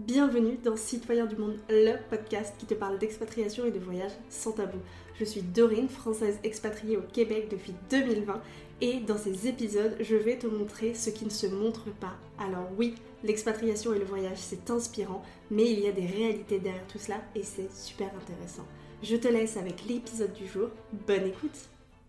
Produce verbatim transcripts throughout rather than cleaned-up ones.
Bienvenue dans Citoyens du Monde, le podcast qui te parle d'expatriation et de voyage sans tabou. Je suis Dorine, française expatriée au Québec depuis deux mille vingt et dans ces épisodes, je vais te montrer ce qui ne se montre pas. Alors oui, l'expatriation et le voyage, c'est inspirant, mais il y a des réalités derrière tout cela et c'est super intéressant. Je te laisse avec l'épisode du jour. Bonne écoute!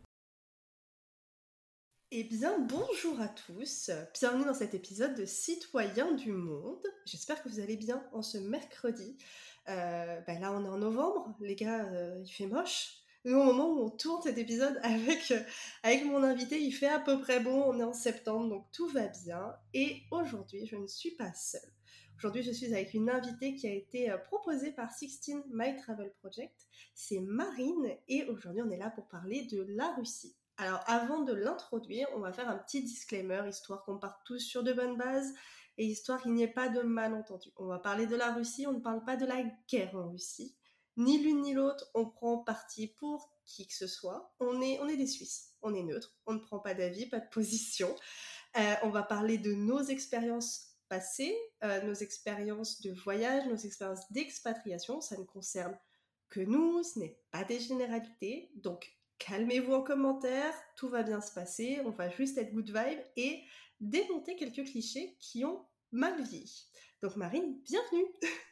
Eh bien, bonjour à tous, bienvenue dans cet épisode de Citoyens du Monde. J'espère que vous allez bien en ce mercredi. Euh, ben là, on est en novembre, les gars, euh, il fait moche. Nous, au moment où on tourne cet épisode avec, euh, avec mon invité, il fait à peu près bon, on est en septembre, donc tout va bien. Et aujourd'hui, je ne suis pas seule. Aujourd'hui, je suis avec une invitée qui a été euh, proposée par Sixteen My Travel Project. C'est Marine, et aujourd'hui, on est là pour parler de la Russie. Alors, avant de l'introduire, on va faire un petit disclaimer, histoire qu'on parte tous sur de bonnes bases et histoire qu'il n'y ait pas de malentendus. On va parler de la Russie, on ne parle pas de la guerre en Russie. Ni l'une ni l'autre, on prend parti pour qui que ce soit. On est, on est des Suisses, on est neutre, on ne prend pas d'avis, pas de position. Euh, on va parler de nos expériences passées, euh, nos expériences de voyage, nos expériences d'expatriation. Ça ne concerne que nous, ce n'est pas des généralités, donc calmez-vous en commentaire, tout va bien se passer, on va juste être good vibe et démonter quelques clichés qui ont mal vieilli. Donc Marine, bienvenue.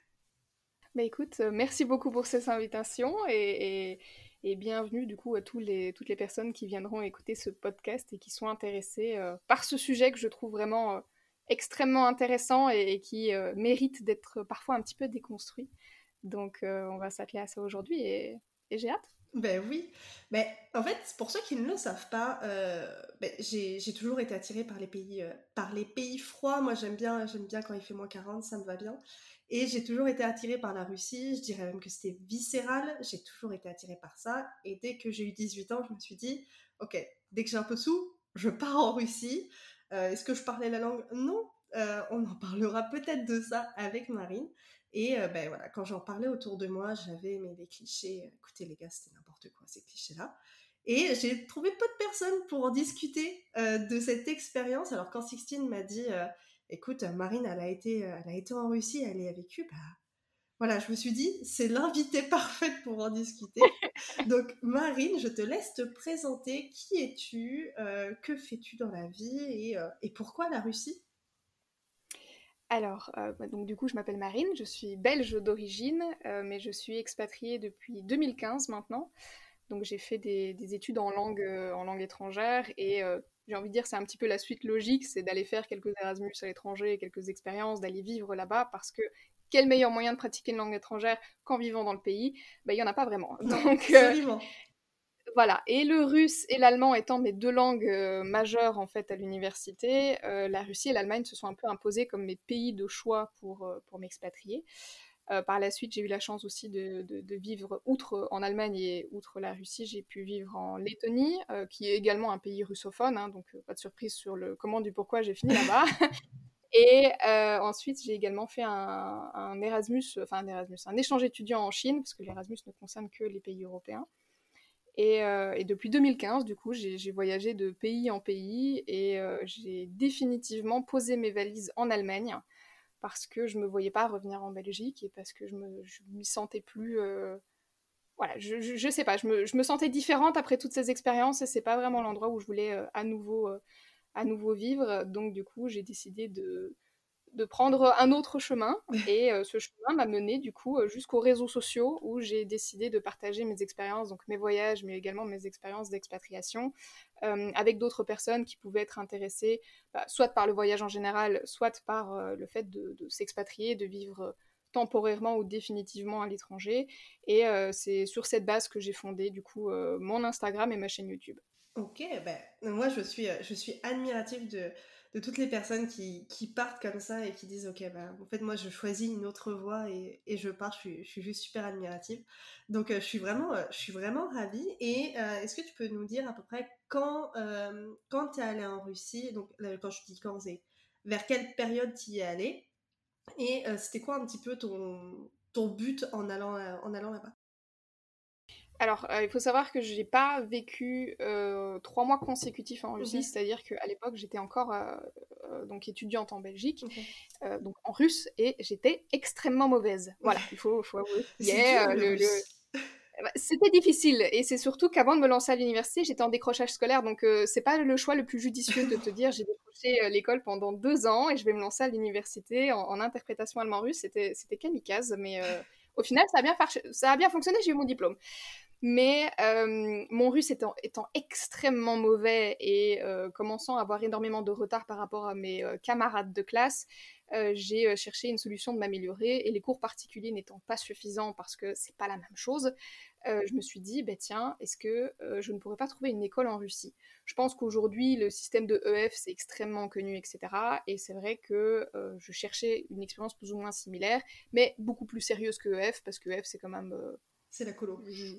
Bah écoute, euh, merci beaucoup pour cette invitation et, et, et bienvenue du coup à tous les, toutes les personnes qui viendront écouter ce podcast et qui sont intéressées euh, par ce sujet que je trouve vraiment euh, extrêmement intéressant et, et qui euh, mérite d'être parfois un petit peu déconstruit. Donc euh, on va s'atteler à ça aujourd'hui et, et j'ai hâte. Ben oui, ben, en fait, pour ceux qui ne le savent pas, euh, ben, j'ai, j'ai toujours été attirée par les pays, euh, par les pays froids. Moi, j'aime bien, j'aime bien quand il fait moins quarante, ça me va bien. Et j'ai toujours été attirée par la Russie, je dirais même que c'était viscéral, j'ai toujours été attirée par ça. Et dès que j'ai eu dix-huit ans, je me suis dit, ok, dès que j'ai un peu de sous, je pars en Russie. Euh, est-ce que je parlais la langue? Non, euh, on en parlera peut-être de ça avec Marine. Et euh, ben voilà, quand j'en parlais autour de moi, j'avais mais les clichés. Écoutez les gars, c'était n'importe quoi ces clichés-là. Et j'ai trouvé peu de personnes pour en discuter euh, de cette expérience. Alors quand Sixtine m'a dit, euh, écoute, Marine, elle a été, euh, elle a été en Russie, elle y a vécu, bah voilà, je me suis dit, c'est l'invitée parfaite pour en discuter. Donc Marine, je te laisse te présenter. Qui es-tu, euh, que fais-tu dans la vie et, euh, et pourquoi la Russie? Alors, euh, donc du coup je m'appelle Marine, je suis belge d'origine, euh, mais je suis expatriée depuis deux mille quinze maintenant. Donc j'ai fait des, des études en langue, euh, en langue étrangère et euh, j'ai envie de dire c'est un petit peu la suite logique, c'est d'aller faire quelques Erasmus à l'étranger, quelques expériences, d'aller vivre là-bas parce que quel meilleur moyen de pratiquer une langue étrangère qu'en vivant dans le pays? Ben, il n'y en a pas vraiment. Non, Donc euh, absolument. voilà, et le russe et l'allemand étant mes deux langues euh, majeures en fait à l'université, euh, la Russie et l'Allemagne se sont un peu imposées comme mes pays de choix pour, euh, pour m'expatrier. Euh, par la suite, j'ai eu la chance aussi de, de- de vivre, outre en Allemagne et outre la Russie, j'ai pu vivre en Lettonie, euh, qui est également un pays russophone, hein, donc euh, pas de surprise sur le comment du pourquoi j'ai fini là-bas. Et euh, ensuite, j'ai également fait un, un Erasmus, enfin un Erasmus, un échange étudiant en Chine, parce que l'Erasmus ne concerne que les pays européens. Et, euh, et depuis deux mille quinze, du coup, j'ai j'ai voyagé de pays en pays et euh, j'ai définitivement posé mes valises en Allemagne parce que je me voyais pas revenir en Belgique et parce que je me je m'y sentais plus euh, voilà je, je, je sais pas je me, je me sentais différente après toutes ces expériences et c'est pas vraiment l'endroit où je voulais euh, à nouveau euh, à nouveau vivre, donc du coup j'ai décidé de de prendre un autre chemin et euh, ce chemin m'a mené du coup euh, jusqu'aux réseaux sociaux où j'ai décidé de partager mes expériences, donc mes voyages mais également mes expériences d'expatriation euh, avec d'autres personnes qui pouvaient être intéressées bah, soit par le voyage en général, soit par euh, le fait de, de s'expatrier, de vivre temporairement ou définitivement à l'étranger. Et euh, c'est sur cette base que j'ai fondé du coup euh, mon Instagram et ma chaîne YouTube. Ok, ben moi je suis, euh, je suis admirative de, de toutes les personnes qui, qui partent comme ça et qui disent ok, ben en fait moi je choisis une autre voie et, et je pars, je suis, je suis juste super admirative. Donc euh, je suis vraiment, euh, je suis vraiment ravie. Et euh, est-ce que tu peux nous dire à peu près quand, euh, quand tu es allée en Russie, donc euh, quand je dis quand, c'est vers quelle période tu y es allée et euh, c'était quoi un petit peu ton, ton but en allant, euh, en allant là-bas? Alors, euh, il faut savoir que j'ai pas vécu euh, trois mois consécutifs en Russie, Ok. c'est-à-dire qu'à l'époque, j'étais encore euh, euh, donc étudiante en Belgique, Ok. euh, donc en russe, et j'étais extrêmement mauvaise. Voilà, il faut, faut avouer ce qui C'est est. dur euh, le le, le- russe. bah, C'était difficile, et c'est surtout qu'avant de me lancer à l'université, j'étais en décrochage scolaire, donc euh, c'est pas le choix le plus judicieux de te dire j'ai décroché euh, l'école pendant deux ans et je vais me lancer à l'université en, en interprétation allemand-russe. C'était, c'était kamikaze, mais euh, au final, ça a bien, farché- ça a bien fonctionné, j'ai eu mon diplôme. Mais euh, mon russe étant, étant extrêmement mauvais et euh, commençant à avoir énormément de retard par rapport à mes euh, camarades de classe, euh, j'ai euh, cherché une solution de m'améliorer, et les cours particuliers n'étant pas suffisants parce que c'est pas la même chose, euh, je me suis dit, bah, tiens, est-ce que euh, je ne pourrais pas trouver une école en Russie? Je pense qu'aujourd'hui, le système de E F, c'est extrêmement connu, et cetera. Et c'est vrai que euh, je cherchais une expérience plus ou moins similaire, mais beaucoup plus sérieuse que E F, parce que E F, c'est quand même... euh, C'est la colo. je-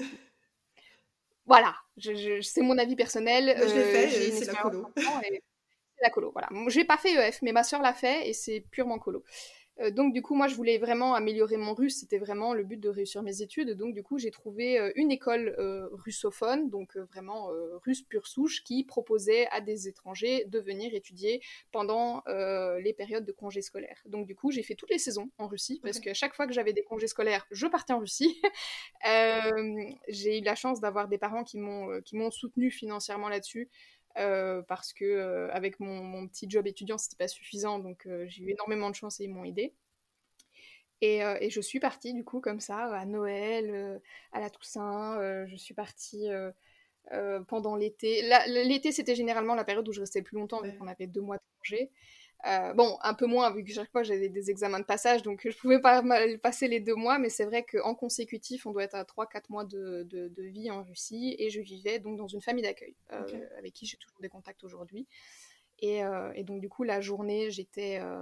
voilà, je, je- c'est mon avis personnel. Moi, je l'ai Euh, fait, j'ai euh, une c'est la expérience colo. maintenant et c'est la colo. Voilà. J'ai pas fait E F, mais ma sœur l'a fait et c'est purement colo. Euh, donc du coup, moi, je voulais vraiment améliorer mon russe. C'était vraiment le but de réussir mes études. Donc du coup, j'ai trouvé euh, une école euh, russophone, donc euh, vraiment euh, russe pure souche, qui proposait à des étrangers de venir étudier pendant euh, les périodes de congés scolaires. Donc du coup, j'ai fait toutes les saisons en Russie parce Ok. qu'à chaque fois que j'avais des congés scolaires, je partais en Russie. Euh, j'ai eu la chance d'avoir des parents qui m'ont euh, qui m'ont soutenu financièrement là-dessus. Euh, parce que euh, avec mon, mon, petit job étudiant, c'était pas suffisant, donc euh, j'ai eu énormément de chance et ils m'ont aidé. Et, euh, et, je suis partie du coup comme ça à Noël, euh, à la Toussaint. Euh, je suis partie euh, euh, pendant l'été. La, l'été, c'était généralement la période où je restais le plus longtemps vu Ouais. qu'on avait deux mois de congé. Euh, bon, un peu moins, vu que chaque fois j'avais des examens de passage, donc je pouvais pas mal passer les deux mois, mais c'est vrai qu'en consécutif, on doit être à trois quatre mois de, de, de vie en Russie, et je vivais donc dans une famille d'accueil, Ok. euh, avec qui j'ai toujours des contacts aujourd'hui. Et, euh, et, donc du coup, la journée, j'étais... Euh,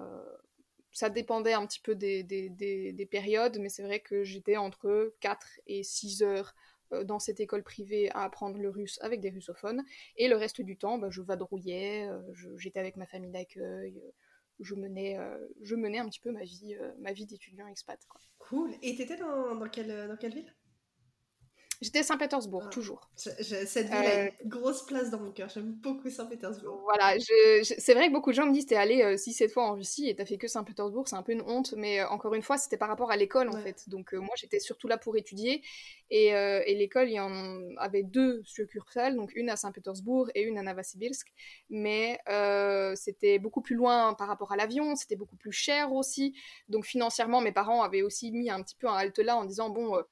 ça dépendait un petit peu des, des, des, des périodes, mais c'est vrai que j'étais entre quatre et six heures euh, dans cette école privée à apprendre le russe avec des russophones, et le reste du temps, bah, je vadrouillais, euh, je, j'étais avec ma famille d'accueil, euh, je menais, euh, je menais un petit peu ma vie, euh, ma vie d'étudiant expat, quoi. Cool. Et t'étais dans, dans, quelle, dans quelle ville? J'étais à Saint-Pétersbourg, Ah, toujours. je- je- cette ville a Euh, une grosse place dans mon cœur. J'aime beaucoup Saint-Pétersbourg. Voilà, je, je- c'est vrai que beaucoup de gens me disent t'es allé euh, six sept fois en Russie et t'as fait que Saint-Pétersbourg, c'est un peu une honte, mais euh, encore une fois, c'était par rapport à l'école en Ouais. fait. Donc euh, moi j'étais surtout là pour étudier, et, euh, et l'école il y en avait deux succursales, donc une à Saint-Pétersbourg et une à Novosibirsk, mais euh, c'était beaucoup plus loin par rapport à l'avion, c'était beaucoup plus cher aussi. Donc financièrement, mes parents avaient aussi mis un petit peu un halte là en disant bon. Euh,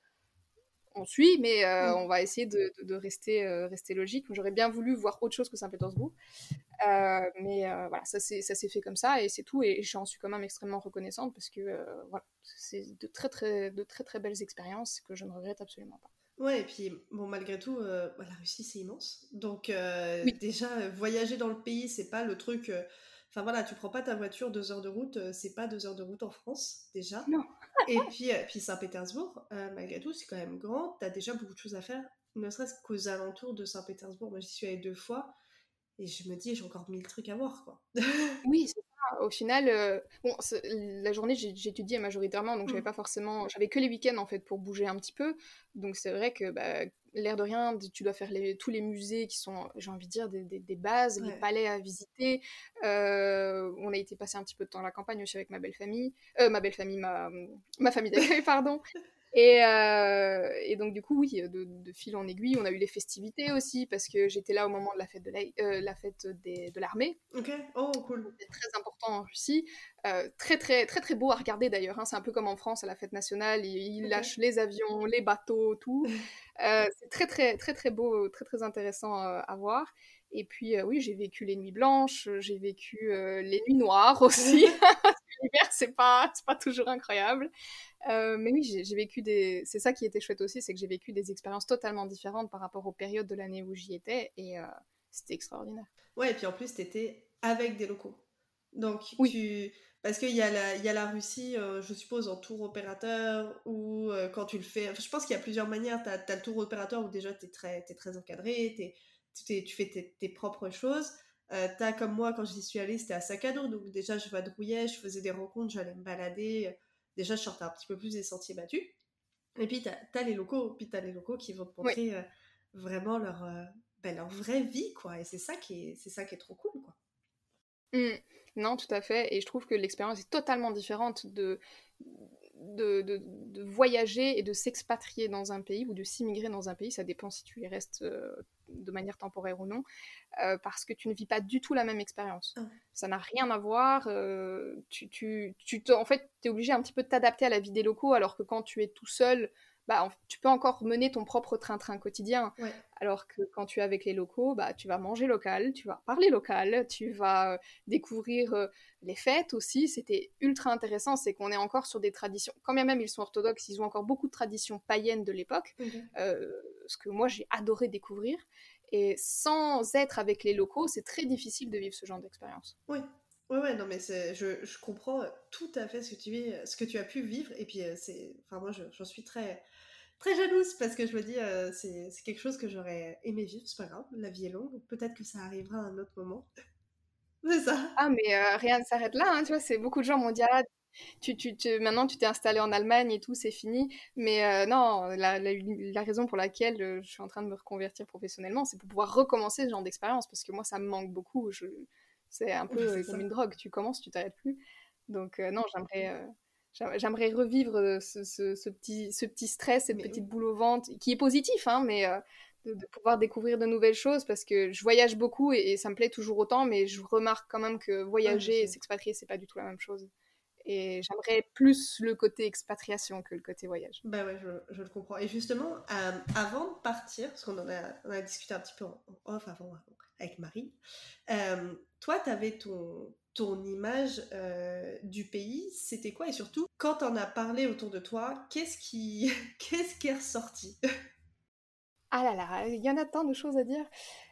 on suit, mais euh, Mm. on va essayer de, de- de rester, euh, rester logique. J'aurais bien voulu voir autre chose que Saint-Pétersbourg. Euh, mais euh, voilà, ça s'est, ça s'est fait comme ça et c'est tout. Et j'en suis quand même extrêmement reconnaissante parce que euh, voilà, c'est de très, très, de très très belles expériences que je ne regrette absolument pas. Ouais, et puis, bon, malgré tout, euh, bah, la Russie, c'est immense. Donc, euh, Oui, déjà, euh, voyager dans le pays, c'est pas le truc. euh, Enfin, voilà, tu prends pas ta voiture deux heures de route, euh, c'est pas deux heures de route en France, déjà. non. Et puis, euh, puis Saint-Pétersbourg, euh, malgré tout, c'est quand même grand. T'as déjà beaucoup de choses à faire, ne serait-ce qu'aux alentours de Saint-Pétersbourg. Moi, j'y suis allée deux fois, et je me dis, j'ai encore mille trucs à voir, quoi. Oui, c'est ça. Au final, euh, bon, c'est- la journée, j'ai- j'étudiais majoritairement, donc j'avais Mm. pas forcément, j'avais que les week-ends en fait pour bouger un petit peu. Donc c'est vrai que bah, l'air de rien, tu dois faire les- tous les musées qui sont, j'ai envie de dire, des, des- des bases, les Ouais. palais à visiter. Euh, on a été passer un petit peu de temps à la campagne aussi avec ma belle famille, euh, ma belle famille, ma, ma famille d'accueil, pardon. Et, euh, et donc du coup, oui, de, de fil en aiguille, on a eu les festivités aussi, parce que j'étais là au moment de la fête de la, euh, la fête des- de l'armée. Ok, oh, cool. C'est très important en Russie. Euh, très, très, très, très beau à regarder d'ailleurs, hein. C'est un peu comme en France à la fête nationale. Ils, ils Ok. lâchent les avions, les bateaux, tout. Euh, c'est très, très, très, très beau, très, très intéressant euh, à voir. Et puis, euh, oui, j'ai vécu les nuits blanches, j'ai vécu euh, les nuits noires aussi. L'hiver, c'est pas, c'est pas toujours incroyable. Euh, mais oui, j'ai, j'ai vécu des. C'est ça qui était chouette aussi, c'est que j'ai vécu des expériences totalement différentes par rapport aux périodes de l'année où j'y étais. Et euh, c'était extraordinaire. Ouais, et puis en plus, t'étais avec des locaux. Donc, Oui, tu... Parce qu'il y a la, il y a la Russie, euh, je suppose, en tour opérateur, ou euh, quand tu le fais... Enfin, je pense qu'il y a plusieurs manières. T'as, t'as le tour opérateur où déjà t'es très, t'es très encadré, t'es, t'es- tu fais tes, tes propres choses. Euh, t'as, comme moi, quand j'y suis allée, c'était à sac à dos. Donc déjà, je vadrouillais, je faisais des rencontres, j'allais me balader. Déjà, je sortais un petit peu plus des sentiers battus. Et puis, t'as, t'as les locaux, puis t'as les locaux qui vont te Oui. montrer euh, vraiment leur, euh, ben, leur vraie vie, quoi. Et c'est ça qui est, c'est ça qui est trop cool, quoi. Mm. Non, tout à fait. Et je trouve que l'expérience est totalement différente de, de, de, de voyager et de s'expatrier dans un pays ou de s'immigrer dans un pays. Ça dépend si tu y restes euh, de manière temporaire ou non. Euh, parce que tu ne vis pas du tout la même expérience. Ah. Ça n'a rien à voir. Euh, tu, tu, tu te, en fait, tu es obligé un petit peu de t'adapter à la vie des locaux, alors que quand tu es tout seul, bah, en- tu peux encore mener ton propre train-train quotidien. Ouais. Alors que quand tu es avec les locaux, bah, tu vas manger local, tu vas parler local, tu vas euh, découvrir euh, les fêtes aussi. C'était ultra intéressant, c'est qu'on est encore sur des traditions. Quand bien même ils sont orthodoxes, ils ont encore beaucoup de traditions païennes de l'époque, Ok. euh, ce que moi j'ai adoré découvrir. Et sans être avec les locaux, c'est très difficile de vivre ce genre d'expérience. Oui. Ouais, ouais, non, mais c'est, je, je comprends tout à fait ce que tu, vis- ce que tu as pu vivre. Et puis, euh, c'est, enfin, moi, je- j'en suis très, très jalouse parce que je me dis, euh, c'est, c'est quelque chose que j'aurais aimé vivre. C'est pas grave, la vie est longue. Peut-être que ça arrivera à un autre moment. C'est ça. Ah, mais euh, rien ne s'arrête là, hein, tu vois, c'est beaucoup de gens m'ont dit, ah, tu, tu, tu- maintenant tu t'es installé en Allemagne et tout, c'est fini. Mais euh, non, la, la, la raison pour laquelle euh, je suis en train de me reconvertir professionnellement, c'est pour pouvoir recommencer ce genre d'expérience, parce que moi, ça me manque beaucoup. Je... C'est un Ouais, peu c'est euh, comme ça. une drogue, tu commences, tu t'arrêtes plus. Donc euh, non, j'aimerais euh, j'aimerais j'aimerais revivre euh, ce, ce, ce petit, ce petit stress, cette Mais oui. petite boule au ventre, qui est positif, hein, mais euh, de, de pouvoir découvrir de nouvelles choses, parce que je voyage beaucoup et, et ça me plaît toujours autant, mais je remarque quand même que Ouais, je voyager et sais. s'expatrier, c'est pas du tout la même chose. Et j'aimerais plus le côté expatriation que le côté voyage. Bah ouais, je, je le comprends. Et justement, euh, avant de partir, parce qu'on en a, on a discuté un petit peu en, en off avant, avant, avec Marie, euh, toi, t'avais ton, ton image euh, du pays, c'était quoi? Et surtout, quand on a parlé autour de toi, qu'est-ce qui, qu'est-ce qui est ressorti? Ah là là, il y en a tant de choses à dire.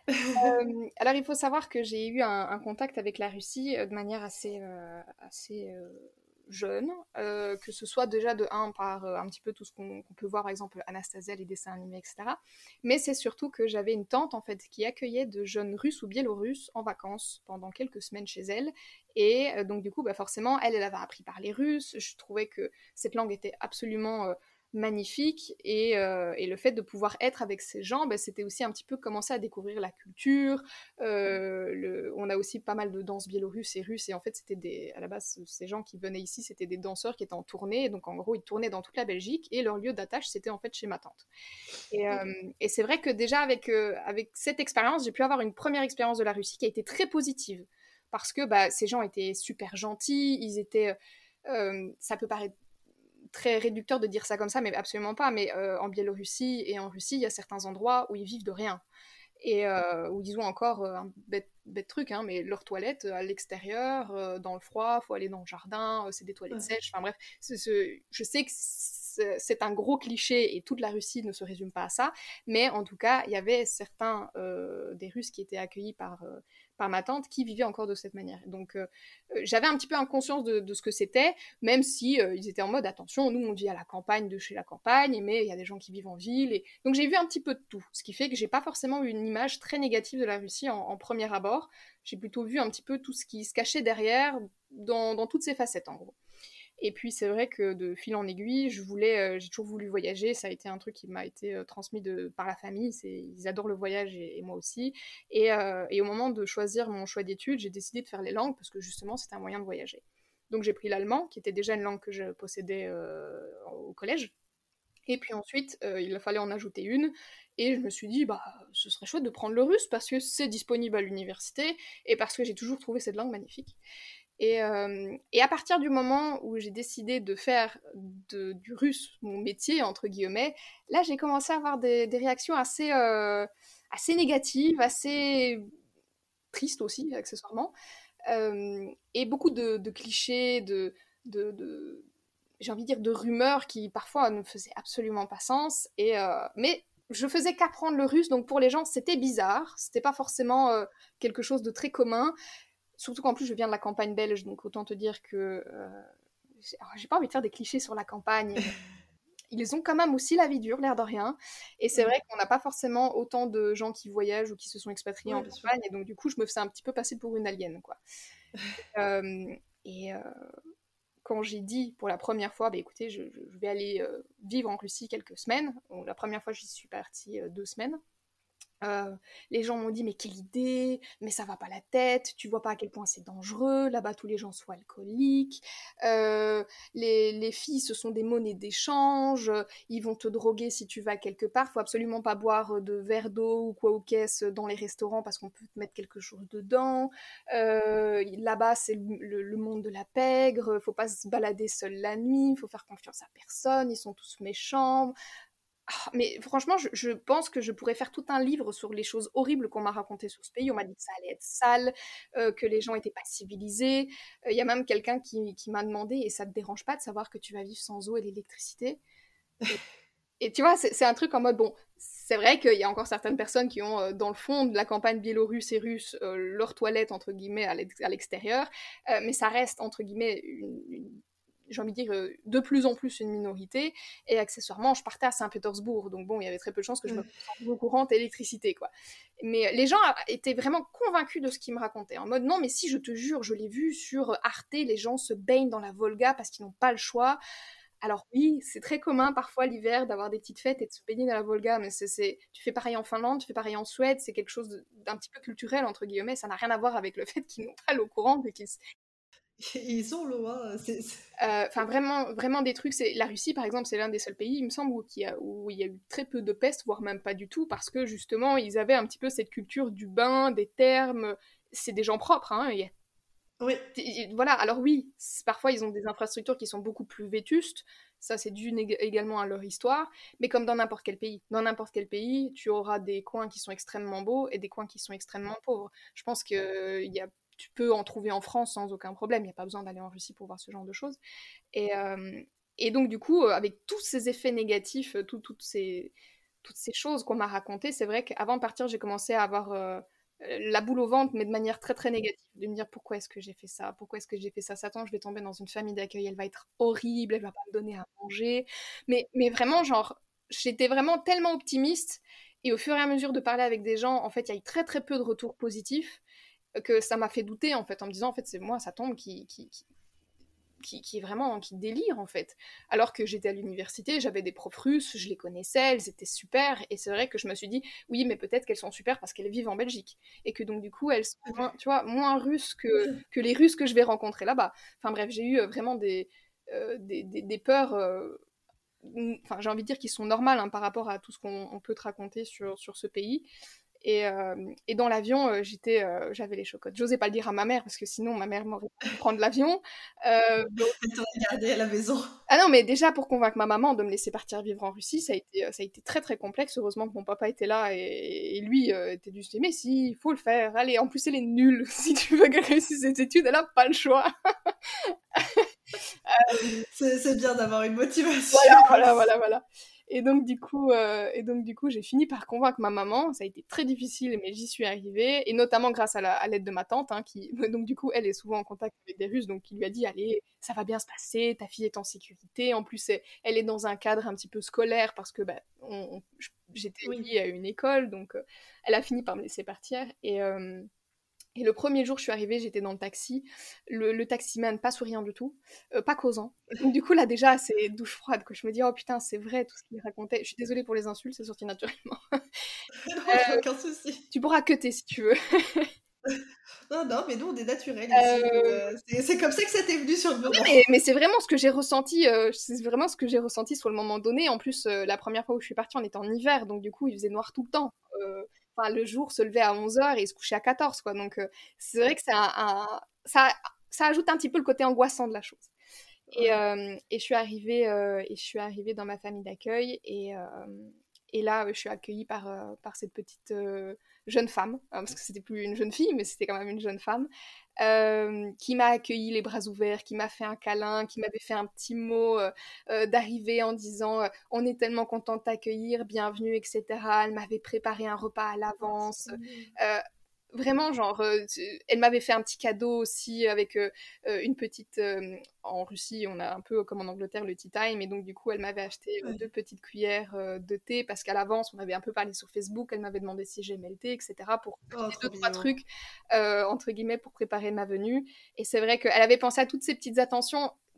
Euh, alors il faut savoir que j'ai eu un, un contact avec la Russie euh, de manière assez, euh, assez euh, jeune, euh, que ce soit déjà de un par euh, un petit peu tout ce qu'on qu'on peut voir, par exemple Anastasia, les dessins animés, et cetera. Mais c'est surtout que j'avais une tante en fait qui accueillait de jeunes Russes ou Biélorusses en vacances pendant quelques semaines chez elle. Et euh, donc du coup, bah, forcément, elle, elle avait appris par les Russes. Je trouvais que cette langue était absolument euh, magnifique et, euh, et le fait de pouvoir être avec ces gens, ben, c'était aussi un petit peu commencer à découvrir la culture. Euh, le, on a aussi pas mal de danses biélorusses et russes et en fait c'était des, à la base ces gens qui venaient ici c'était des danseurs qui étaient en tournée, donc en gros ils tournaient dans toute la Belgique et leur lieu d'attache c'était en fait chez ma tante. Et, Ok. euh, et c'est vrai que déjà avec, euh, avec cette expérience j'ai pu avoir une première expérience de la Russie qui a été très positive parce que bah, ces gens étaient super gentils, ils étaient euh, ça peut paraître très réducteur de dire ça comme ça, mais absolument pas. Mais euh, en Biélorussie et en Russie, il y a certains endroits où ils vivent de rien. Et euh, où ils ont encore euh, un bête, bête truc, hein, mais leurs toilettes à l'extérieur, euh, dans le froid, faut aller dans le jardin, euh, c'est des toilettes Ouais. sèches. Enfin bref, c'est, c'est, je sais que c'est, c'est un gros cliché et toute la Russie ne se résume pas à ça, mais en tout cas, il y avait certains euh, des Russes qui étaient accueillis par, euh, par ma tante qui vivaient encore de cette manière. Donc euh, j'avais un petit peu inconscience de, de ce que c'était, même si euh, ils étaient en mode attention, nous on vit à la campagne de chez la campagne, mais il y a des gens qui vivent en ville. Et... Donc j'ai vu un petit peu de tout, ce qui fait que j'ai pas forcément eu une image très négative de la Russie en, en premier abord. J'ai plutôt vu un petit peu tout ce qui se cachait derrière, dans, dans toutes ses facettes en gros. Et puis c'est vrai que de fil en aiguille, je voulais, euh, j'ai toujours voulu voyager. Ça a été un truc qui m'a été euh, transmis de, par la famille. C'est, ils adorent le voyage et, et moi aussi. Et, euh, et au moment de choisir mon choix d'études, j'ai décidé de faire les langues parce que justement c'était un moyen de voyager. Donc j'ai pris l'allemand, qui était déjà une langue que je possédais euh, au collège. Et puis ensuite, euh, il fallait en ajouter une. Et je me suis dit, bah, ce serait chouette de prendre le russe parce que c'est disponible à l'université et parce que j'ai toujours trouvé cette langue magnifique. Et, euh, et à partir du moment où j'ai décidé de faire de, du russe mon métier, entre guillemets, là j'ai commencé à avoir des, des réactions assez, euh, assez négatives, assez tristes aussi, accessoirement, euh, et beaucoup de, de clichés, de, de, de j'ai envie de dire de rumeurs qui parfois ne faisaient absolument pas sens. Et, euh, mais je faisais qu'apprendre le russe, donc pour les gens c'était bizarre, c'était pas forcément euh, quelque chose de très commun. Surtout qu'en plus, je viens de la campagne belge, donc autant te dire que. Euh, j'ai pas envie de faire des clichés sur la campagne, mais ils ont quand même aussi la vie dure, l'air de rien. Et c'est Ouais. vrai qu'on n'a pas forcément autant de gens qui voyagent ou qui se sont expatriés Ouais, en bien sûr. campagne, et donc du coup, je me faisais un petit peu passer pour une alien, quoi. Euh, et, euh, quand j'ai dit pour la première fois, bah, écoutez, je, je vais aller euh, vivre en Russie quelques semaines. Donc, la première fois, j'y suis partie euh, deux semaines. Euh, les gens m'ont dit mais quelle idée, mais ça va pas la tête, tu vois pas à quel point c'est dangereux, là-bas tous les gens sont alcooliques, euh, les, les filles ce sont des monnaies d'échange, ils vont te droguer si tu vas quelque part, faut absolument pas boire de verre d'eau ou quoi aux caisses dans les restaurants parce qu'on peut te mettre quelque chose dedans, euh, là-bas c'est le, le, le monde de la pègre, faut pas se balader seul la nuit, faut faire confiance à personne, ils sont tous méchants. Ah, mais franchement, je, je pense que je pourrais faire tout un livre sur les choses horribles qu'on m'a racontées sur ce pays. On m'a dit que ça allait être sale, euh, que les gens étaient pas civilisés. Il euh, y a même quelqu'un qui, qui m'a demandé, et ça te dérange pas de savoir que tu vas vivre sans eau et l'électricité? Et, et tu vois, c'est, c'est un truc en mode, bon, c'est vrai qu'il y a encore certaines personnes qui ont, euh, dans le fond de la campagne biélorusse et russe, euh, leur toilette, entre guillemets, à, l'ex- à l'extérieur, euh, mais ça reste, entre guillemets, une, une j'ai envie de dire, euh, de plus en plus une minorité, et accessoirement, je partais à Saint-Pétersbourg, donc bon, il y avait très peu de chances que je me retrouve au courant d'électricité, quoi. Mais les gens étaient vraiment convaincus de ce qu'ils me racontaient, en mode, non, mais si, je te jure, je l'ai vu sur Arte, les gens se baignent dans la Volga parce qu'ils n'ont pas le choix. Alors oui, c'est très commun parfois l'hiver d'avoir des petites fêtes et de se baigner dans la Volga, mais c'est, c'est... tu fais pareil en Finlande, tu fais pareil en Suède, c'est quelque chose d'un petit peu culturel, entre guillemets, ça n'a rien à voir avec le fait qu'ils n'ont pas l'eau courante et qu'ils Ils ont l'eau, hein. C'est... Enfin, euh, vraiment, vraiment des trucs. C'est... La Russie, par exemple, c'est l'un des seuls pays, il me semble, où, il y a, où il y a eu très peu de peste, voire même pas du tout, parce que justement, ils avaient un petit peu cette culture du bain, des thermes. C'est des gens propres, hein. Et, oui. et, voilà, alors oui, parfois ils ont des infrastructures qui sont beaucoup plus vétustes. Ça, c'est dû nég- également à leur histoire. Mais comme dans n'importe quel pays. Dans n'importe quel pays, tu auras des coins qui sont extrêmement beaux et des coins qui sont extrêmement pauvres. Je pense qu'il euh, y a tu peux en trouver en France sans aucun problème, il n'y a pas besoin d'aller en Russie pour voir ce genre de choses. Et, euh, et donc du coup, avec tous ces effets négatifs, tout, toutes, ces, toutes ces choses qu'on m'a racontées, c'est vrai qu'avant de partir, j'ai commencé à avoir euh, la boule au ventre, mais de manière très très négative, de me dire pourquoi est-ce que j'ai fait ça, pourquoi est-ce que j'ai fait ça, Satan, je vais tomber dans une famille d'accueil, elle va être horrible, elle va pas me donner à manger, mais, mais vraiment, genre, j'étais vraiment tellement optimiste, et au fur et à mesure de parler avec des gens, en fait, il y a eu très très peu de retours positifs, que ça m'a fait douter en fait en me disant en fait c'est moi ça tombe qui, qui, qui, qui, qui est vraiment qui délire en fait alors que j'étais à l'université j'avais des profs russes je les connaissais elles étaient super et c'est vrai que je me suis dit oui mais peut-être qu'elles sont super parce qu'elles vivent en Belgique et que donc du coup elles sont moins, tu vois moins russes que, que les Russes que je vais rencontrer là-bas enfin bref j'ai eu vraiment des, euh, des, des, des peurs euh, enfin j'ai envie de dire qu'ils sont normales hein, par rapport à tout ce qu'on on peut te raconter sur, sur ce pays. Et, euh, et dans l'avion, euh, j'étais, euh, j'avais les chocottes. J'osais pas le dire à ma mère parce que sinon ma mère m'aurait pu prendre l'avion. Euh, donc... Elle t'aurait gardé à la maison. Ah non, mais déjà pour convaincre ma maman de me laisser partir vivre en Russie, ça a été, ça a été très très complexe. Heureusement que mon papa était là et, et lui euh, était du style mais si, il faut le faire. Allez, en plus elle est nulle. Si tu veux qu'elle réussisse ses études, elle a pas le choix. euh... c'est, c'est bien d'avoir une motivation. Voilà, voilà, voilà, voilà. Et donc du coup, euh, et donc du coup, j'ai fini par convaincre ma maman. Ça a été très difficile, mais j'y suis arrivée, et notamment grâce à, la, à l'aide de ma tante, hein, qui donc du coup, elle est souvent en contact avec des Russes, donc qui lui a dit, allez, ça va bien se passer, ta fille est en sécurité. En plus, elle est dans un cadre un petit peu scolaire parce que bah, on, on, j'étais oui. liée à une école, donc euh, elle a fini par me laisser partir. Et euh, Et le premier jour, je suis arrivée, j'étais dans le taxi. Le, le taximan, pas souriant du tout, euh, pas causant. Et donc, du coup, là, déjà, c'est douche froide, que je me dis, oh putain, c'est vrai, tout ce qu'il racontait. Je suis désolée pour les insultes, c'est sorti naturellement. Non, euh, aucun souci. Tu pourras cutter si tu veux. non, non, mais nous, on est naturels ici. Euh... C'est, c'est comme ça que ça t'est venu sur le moment. Oui, mais, mais c'est vraiment ce que j'ai ressenti. Euh, c'est vraiment ce que j'ai ressenti sur le moment donné. En plus, euh, la première fois où je suis partie, on était en hiver, donc du coup, il faisait noir tout le temps. Euh, Enfin, le jour se levait à onze heures et il se couchait à quatorze, quoi. Donc, euh, c'est vrai que c'est un, un... Ça, ça ajoute un petit peu le côté angoissant de la chose. Et, ouais. euh, et, je suis arrivée, euh, et je suis arrivée dans ma famille d'accueil. Et, euh, et là, je suis accueillie par, euh, par cette petite euh, jeune femme, hein, parce que c'était plus une jeune fille, mais c'était quand même une jeune femme, euh, qui m'a accueillie les bras ouverts, qui m'a fait un câlin, qui m'avait fait un petit mot euh, euh, d'arrivée en disant euh, « On est tellement content de t'accueillir, bienvenue, et cetera » Elle m'avait préparé un repas à l'avance. Euh, vraiment, genre, euh, elle m'avait fait un petit cadeau aussi avec euh, une petite... Euh, en Russie, on a un peu comme en Angleterre le tea time, et donc du coup, elle m'avait acheté euh, ouais. deux petites cuillères euh, de thé, parce qu'à l'avance, on avait un peu parlé sur Facebook, elle m'avait demandé si j'aimais le thé, et cetera, pour oh, deux, trois trucs, euh, entre guillemets, pour préparer ma venue. Et c'est vrai qu'elle avait pensé à toutes ces petites attentions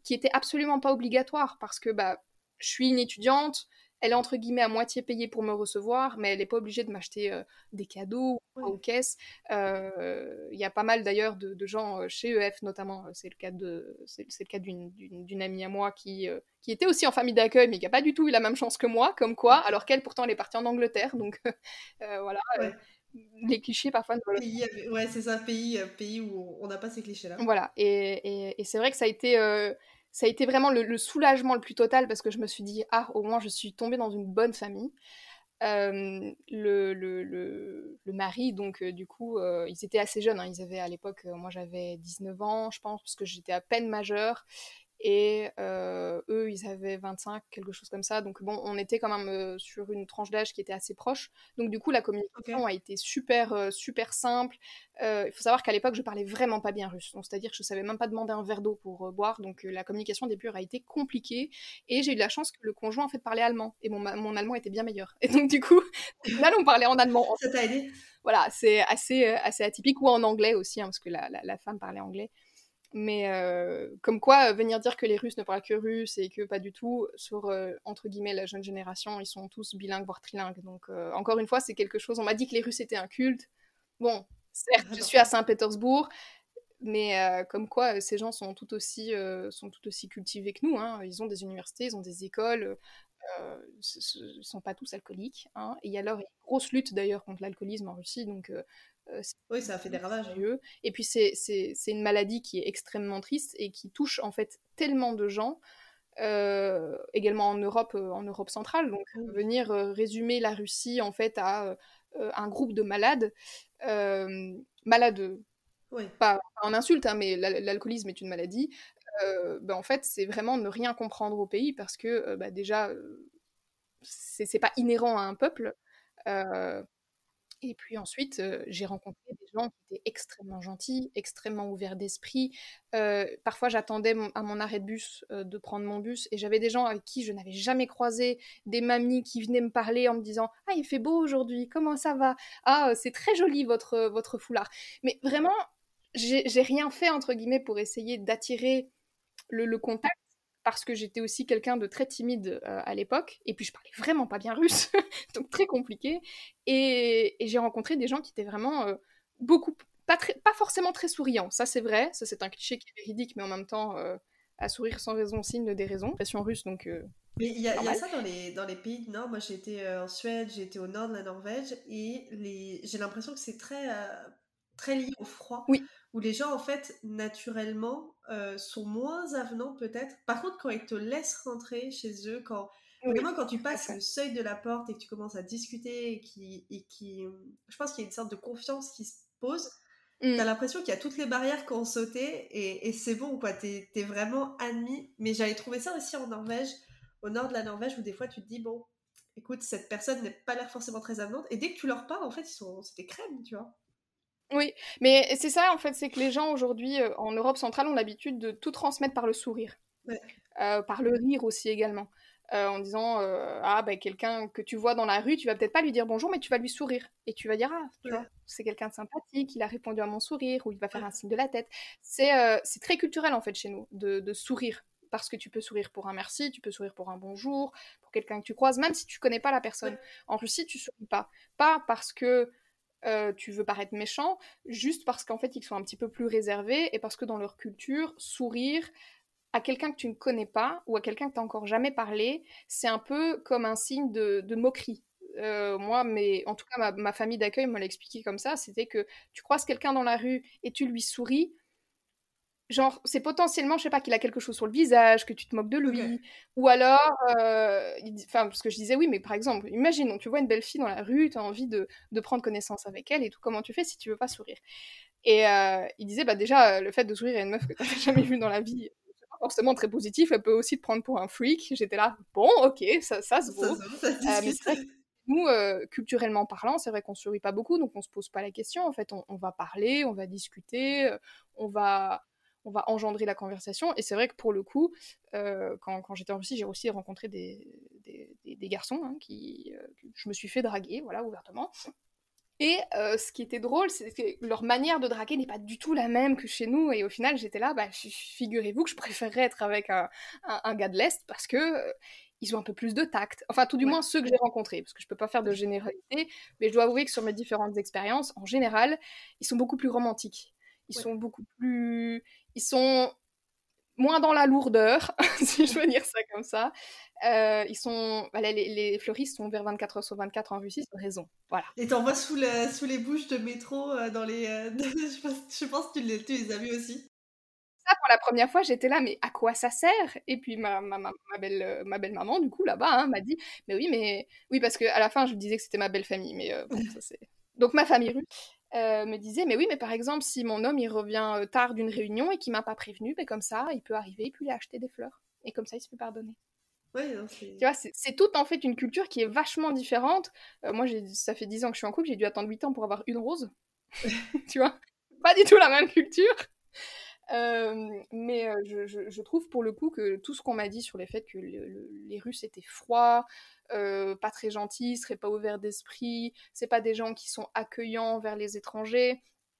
qui était absolument pas obligatoire, parce que bah, je suis une étudiante, elle est entre guillemets à moitié payée pour me recevoir, mais elle n'est pas obligée de m'acheter euh, des cadeaux Oui. aux caisses. Il euh, y a pas mal d'ailleurs de, de gens euh, chez E F notamment, c'est le cas, de, c'est, c'est le cas d'une, d'une, d'une amie à moi qui, euh, qui était aussi en famille d'accueil, mais qui n'a pas du tout eu la même chance que moi, comme quoi, alors qu'elle pourtant elle est partie en Angleterre, donc euh, voilà. Euh, Ouais. les clichés parfois ne veulent Pays, avec- ouais, c'est ça, pays, euh, pays où on n'a pas ces clichés-là. Voilà, et, et, et c'est vrai que ça a été, euh, ça a été vraiment le, le soulagement le plus total parce que je me suis dit, ah, au moins je suis tombée dans une bonne famille. Euh, le, le, le, le mari, donc euh, du coup, euh, ils étaient assez jeunes, hein, ils avaient à l'époque, euh, moi j'avais dix-neuf ans, je pense, parce que j'étais à peine majeure, et euh, eux, ils avaient vingt-cinq, quelque chose comme ça, donc bon, on était quand même euh, sur une tranche d'âge qui était assez proche, donc du coup, la communication Ok. a été super, euh, super simple. Euh, il faut savoir qu'à l'époque, je parlais vraiment pas bien russe, donc c'est-à-dire que je savais même pas demander un verre d'eau pour euh, boire, donc euh, la communication au début a été compliquée, et j'ai eu de la chance que le conjoint en fait parlait allemand, et mon, mon allemand était bien meilleur, et donc du coup, au final, on parlait en allemand. Ça t'a aidé? Voilà, c'est assez, euh, assez atypique, ou en anglais aussi, hein, parce que la, la, la femme parlait anglais. Mais euh, comme quoi, euh, venir dire que les Russes ne parlent que russe et que pas du tout, sur, euh, entre guillemets, la jeune génération, ils sont tous bilingues, voire trilingues. Donc, euh, encore une fois, c'est quelque chose... On m'a dit que les Russes étaient un culte. Bon, certes, Ah, je suis à parfait. Saint-Pétersbourg, mais euh, comme quoi, euh, ces gens sont tout aussi, euh, sont tout aussi cultivés que nous. Hein. Ils ont des universités, ils ont des écoles, euh, ils ne sont pas tous alcooliques. Hein. Et il y a alors une grosse lutte d'ailleurs contre l'alcoolisme en Russie, donc euh, euh, c'est Oui, ça a fait des ravages. Hein. sérieux. Et puis c'est, c'est, c'est une maladie qui est extrêmement triste et qui touche en fait tellement de gens, euh, également en Europe, euh, en Europe centrale. Donc Oui, oui. venir euh, résumer la Russie en fait à euh, un groupe de malades, euh, malades, Oui. pas, pas en insulte, hein, mais l'al- l'alcoolisme est une maladie. Euh, ben, en fait, c'est vraiment ne rien comprendre au pays parce que euh, bah, déjà, euh, c'est c'est pas inhérent à un peuple. Euh, et puis ensuite, euh, j'ai rencontré des gens qui étaient extrêmement gentils, extrêmement ouverts d'esprit. Euh, parfois, j'attendais mon- à mon arrêt de bus euh, de prendre mon bus et j'avais des gens avec qui je n'avais jamais croisé, des mamies qui venaient me parler en me disant « Ah, il fait beau aujourd'hui, comment ça va? Ah, euh, c'est très joli votre, votre foulard. » Mais vraiment, j'ai j'ai rien fait, entre guillemets, pour essayer d'attirer le, le contact parce que j'étais aussi quelqu'un de très timide euh, à l'époque, et puis je parlais vraiment pas bien russe, donc très compliqué. Et, et j'ai rencontré des gens qui étaient vraiment euh, beaucoup, pas, très, pas forcément très souriants, ça c'est vrai, ça c'est un cliché qui est véridique, mais en même temps, euh, à sourire sans raison, signe de déraison. Passion russe, donc euh, Mais il y a, il y a normal. ça dans les, dans les pays du Nord. Moi, j'ai été euh, en Suède, j'ai été au nord de la Norvège, et les... j'ai l'impression que c'est très, euh, très lié au froid, Oui, où les gens, en fait, naturellement, euh, sont moins avenants peut-être. Par contre, quand ils te laissent rentrer chez eux, quand oui, vraiment quand tu tout à passes fait. le seuil de la porte et que tu commences à discuter, et qui, et qui... je pense qu'il y a une sorte de confiance qui se pose. T'as Mm. l'impression qu'il y a toutes les barrières qui ont sauté et, et c'est bon, quoi. T'es, t'es vraiment admis. Mais j'avais trouvé ça aussi en Norvège, au nord de la Norvège, où des fois tu te dis, bon, écoute, cette personne n'est pas l'air forcément très avenante. Et dès que tu leur parles, en fait, ils sont, c'est des crèmes, tu vois. Oui, mais c'est ça en fait, c'est que les gens aujourd'hui euh, en Europe centrale ont l'habitude de tout transmettre par le sourire. Ouais, Euh, par le rire aussi également. Euh, en disant euh, ah ben quelqu'un que tu vois dans la rue, tu vas peut-être pas lui dire bonjour, mais tu vas lui sourire et tu vas dire ah tu vois ouais, c'est quelqu'un de sympathique, il a répondu à mon sourire ou il va faire ouais. un signe de la tête. C'est euh, c'est très culturel en fait chez nous de, de sourire parce que tu peux sourire pour un merci, tu peux sourire pour un bonjour, pour quelqu'un que tu croises, même si tu connais pas la personne. Ouais. En Russie, tu souris pas, pas parce que euh, tu veux paraître méchant, juste parce qu'en fait ils sont un petit peu plus réservés et parce que dans leur culture, sourire à quelqu'un que tu ne connais pas ou à quelqu'un que tu n'as encore jamais parlé, c'est un peu comme un signe de, de moquerie. Euh, moi, mais en tout cas, ma, ma famille d'accueil me l'a expliqué comme ça, c'était que tu croises quelqu'un dans la rue et tu lui souris, genre, c'est potentiellement, je sais pas, qu'il a quelque chose sur le visage, que tu te moques de Ok. lui, ou alors, euh, il dit- enfin, parce que je disais oui, mais par exemple, imaginons, tu vois une belle fille dans la rue, tu as envie de, de prendre connaissance avec elle et tout, comment tu fais si tu veux pas sourire? Et euh, il disait, bah déjà, euh, le fait de sourire à une meuf que t'avais jamais vue dans la vie, c'est pas forcément très positif, elle peut aussi te prendre pour un freak. J'étais là, bon, ok, ça, ça se Ça vaut. se voit, ça se Euh, mais discute. c'est vrai que nous, euh, culturellement parlant, c'est vrai qu'on sourit pas beaucoup, donc on se pose pas la question. En fait, on, on va parler, on va discuter, euh, on va, on va engendrer la conversation. Et c'est vrai que pour le coup, euh, quand, quand j'étais en Russie, j'ai aussi rencontré des, des, des- des garçons hein, qui, euh, que je me suis fait draguer, voilà, ouvertement. Et euh, ce qui était drôle, c'est que leur manière de draguer n'est pas du tout la même que chez nous. Et au final, j'étais là, bah, figurez-vous que je préférerais être avec un, un, un gars de l'Est parce que euh, ils ont un peu plus de tact. Enfin, tout du Ouais. moins ceux que j'ai rencontrés, parce que je peux pas faire de généralité. Mais je dois avouer que sur mes différentes expériences, en général, ils sont beaucoup plus romantiques. Ils Ouais. sont beaucoup plus... Ils sont moins dans la lourdeur, si je veux dire ça comme ça. Euh, ils sont, bah, les, les fleuristes sont vers vingt-quatre heures sur vingt-quatre en Russie, c'est raison. Voilà. Et t'en vois sous, le, sous les bouches de métro, euh, dans les. Euh, je, pense, je pense que tu les, tu les as vus aussi. Ça, pour la première fois, j'étais là, mais à quoi ça sert? Et puis ma, ma, ma, ma belle, euh, ma belle maman, du coup, là-bas, hein, m'a dit, mais oui, mais oui, parce qu'à la fin, je disais que c'était ma belle famille, mais euh, bon, ça c'est. Donc ma famille russe euh, me disait, mais oui, mais par exemple, si mon homme il revient euh, tard d'une réunion et qu'il m'a pas prévenu, ben comme ça, il peut arriver et puis lui acheter des fleurs. Et comme ça, il se fait pardonner. Ouais, non, Tu c'est. vois, c'est c'est toute en fait une culture qui est vachement différente. Euh, moi, j'ai, ça fait dix ans que je suis en couple, j'ai dû attendre huit ans pour avoir une rose. Tu vois, pas du tout la même culture. Euh, mais euh, je, je, je trouve pour le coup que tout ce qu'on m'a dit sur les faits que le- le- les Russes étaient froids, euh, pas très gentils, seraient pas ouverts d'esprit, c'est pas des gens qui sont accueillants vers les étrangers.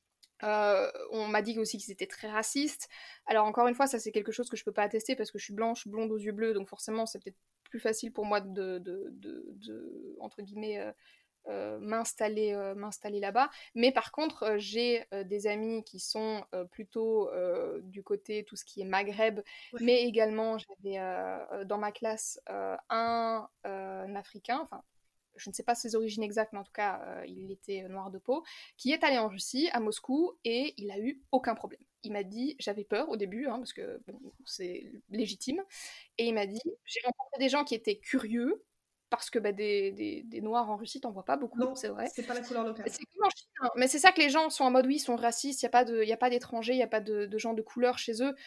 Euh, on m'a dit aussi qu'ils étaient très racistes. Alors encore une fois, ça c'est quelque chose que je peux pas attester parce que je suis blanche, blonde aux yeux bleus, donc forcément c'est peut-être plus facile pour moi de, de, de, de entre guillemets, euh, euh, m'installer euh, m'installer là-bas. Mais par contre, euh, j'ai euh, des amis qui sont euh, plutôt euh, du côté tout ce qui est Maghreb, Ouais. mais également j'avais euh, dans ma classe euh, un, euh, un Africain, enfin je ne sais pas ses origines exactes, mais en tout cas, euh, il était noir de peau, qui est allé en Russie, à Moscou, et il a eu aucun problème. Il m'a dit, j'avais peur au début, hein, parce que bon, c'est légitime, et il m'a dit, j'ai rencontré des gens qui étaient curieux, parce que bah, des, des, des Noirs en Russie, t'en vois pas beaucoup, Non, c'est vrai. c'est pas la couleur locale. C'est comme en Chine, hein. Mais c'est ça que les gens sont en mode, oui, ils sont racistes, il n'y a pas de- y a pas d'étrangers, il n'y a pas de, de gens de couleur chez eux.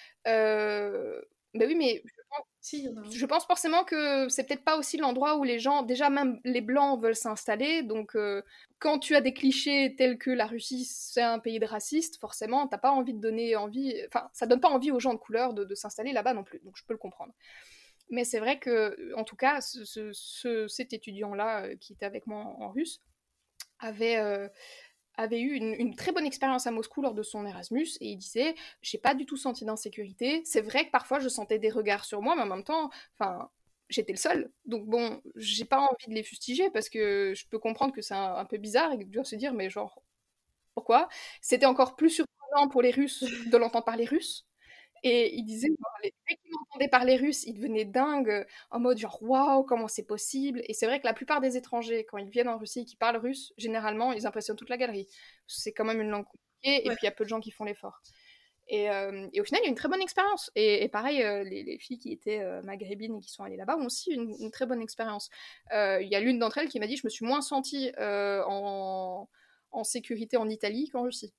Euh... Ben oui, mais Si, il y en a un. je pense forcément que c'est peut-être pas aussi l'endroit où les gens, déjà même les blancs veulent s'installer, donc euh, quand tu as des clichés tels que la Russie c'est un pays de racistes, forcément t'as pas envie de donner envie, enfin ça donne pas envie aux gens de couleur de, de s'installer là-bas non plus, donc je peux le comprendre. Mais c'est vrai que, en tout cas, ce, ce, ce, cet étudiant-là euh, qui était avec moi en, en russe avait, euh, avait eu une, une, très bonne expérience à Moscou lors de son Erasmus et il disait j'ai pas du tout senti d'insécurité. C'est vrai que parfois je sentais des regards sur moi, mais en même temps, enfin, j'étais le seul. Donc bon, j'ai pas envie de les fustiger parce que je peux comprendre que c'est un, un peu bizarre et que doivent se dire mais genre pourquoi? C'était encore plus surprenant pour les Russes de l'entendre parler russe. Et il disait, genre, les- dès qu'il m'entendait parler russe, il devenait dingue, euh, en mode genre waouh, comment c'est possible? Et c'est vrai que la plupart des étrangers, quand ils viennent en Russie et qui parlent russe, généralement, ils impressionnent toute la galerie. C'est quand même une langue compliquée, et Ouais. puis il y a peu de gens qui font l'effort. Et, euh, et au final, il y a une très bonne expérience. Et, et pareil, euh, les, les filles qui étaient euh, maghrébines et qui sont allées là-bas ont aussi une, une très bonne expérience. Euh, Il y a l'une d'entre elles qui m'a dit, je me suis moins sentie euh, en, en sécurité en Italie qu'en Russie.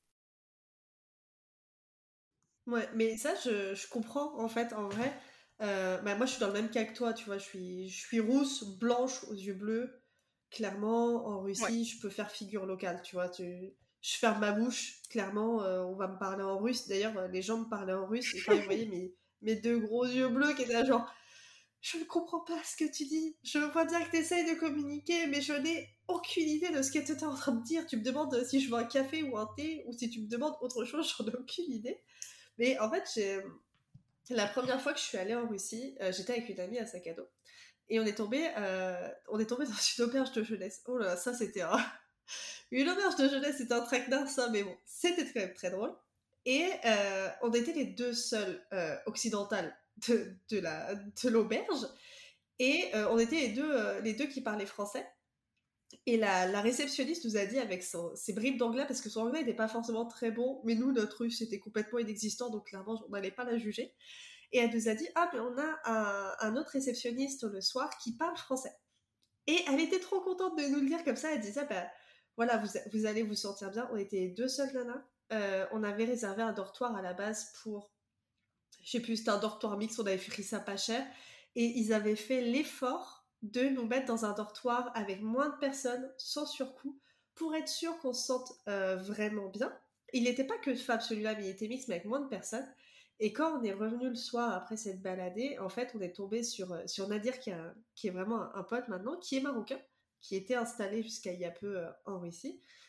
Ouais, mais ça, je, je comprends, en fait, en vrai. Euh, bah, moi, je suis dans le même cas que toi, tu vois. Je suis, je suis rousse, blanche, aux yeux bleus. Clairement, en Ouais. Russie, je peux faire figure locale, tu vois. Tu, je ferme ma bouche, clairement, euh, on va me parler en russe. D'ailleurs, euh, les gens me parlaient en russe, et quand ils voyaient mes, mes deux gros yeux bleus qui étaient là, genre, je ne comprends pas ce que tu dis. Je vois bien que tu essayes de communiquer, mais je n'ai aucune idée de ce que tu es en train de dire. Tu me demandes si je veux un café ou un thé, ou si tu me demandes autre chose, j'en ai aucune idée. Mais en fait, j'ai... la première fois que je suis allée en Russie, euh, j'étais avec une amie à sac à dos. Et on est tombé, euh, on est tombé dans une auberge de jeunesse. Oh là là, ça c'était un... une auberge de jeunesse, c'était un traquenard, ça, mais bon, c'était quand même très drôle. Et euh, on était les deux seuls euh, occidentales de, de, la, de l'auberge. Et euh, on était les deux, euh, les deux qui parlaient français. Et la, la réceptionniste nous a dit avec son, ses bribes d'anglais, parce que son anglais n'était pas forcément très bon, mais nous, notre russe était complètement inexistant, donc clairement, on n'allait pas la juger. Et elle nous a dit, ah, mais on a un, un autre réceptionniste le soir qui parle français. Et elle était trop contente de nous le dire comme ça. Elle disait, bah, voilà, vous, vous allez vous sentir bien. On était deux seules nanas. Euh, on avait réservé un dortoir à la base pour, je sais plus, c'était un dortoir mixte, on avait pris ça pas cher. Et ils avaient fait l'effort de nous mettre dans un dortoir avec moins de personnes, sans surcoût, pour être sûr qu'on se sente euh, vraiment bien. Il n'était pas que de femme celui-là, mais il était mixte, mais avec moins de personnes. Et quand on est revenu le soir après cette baladée, en fait, on est tombé sur, euh, sur Nadir, qui, a, qui est vraiment un, un pote maintenant, qui est marocain, qui était installé jusqu'à il y a peu euh, en Russie.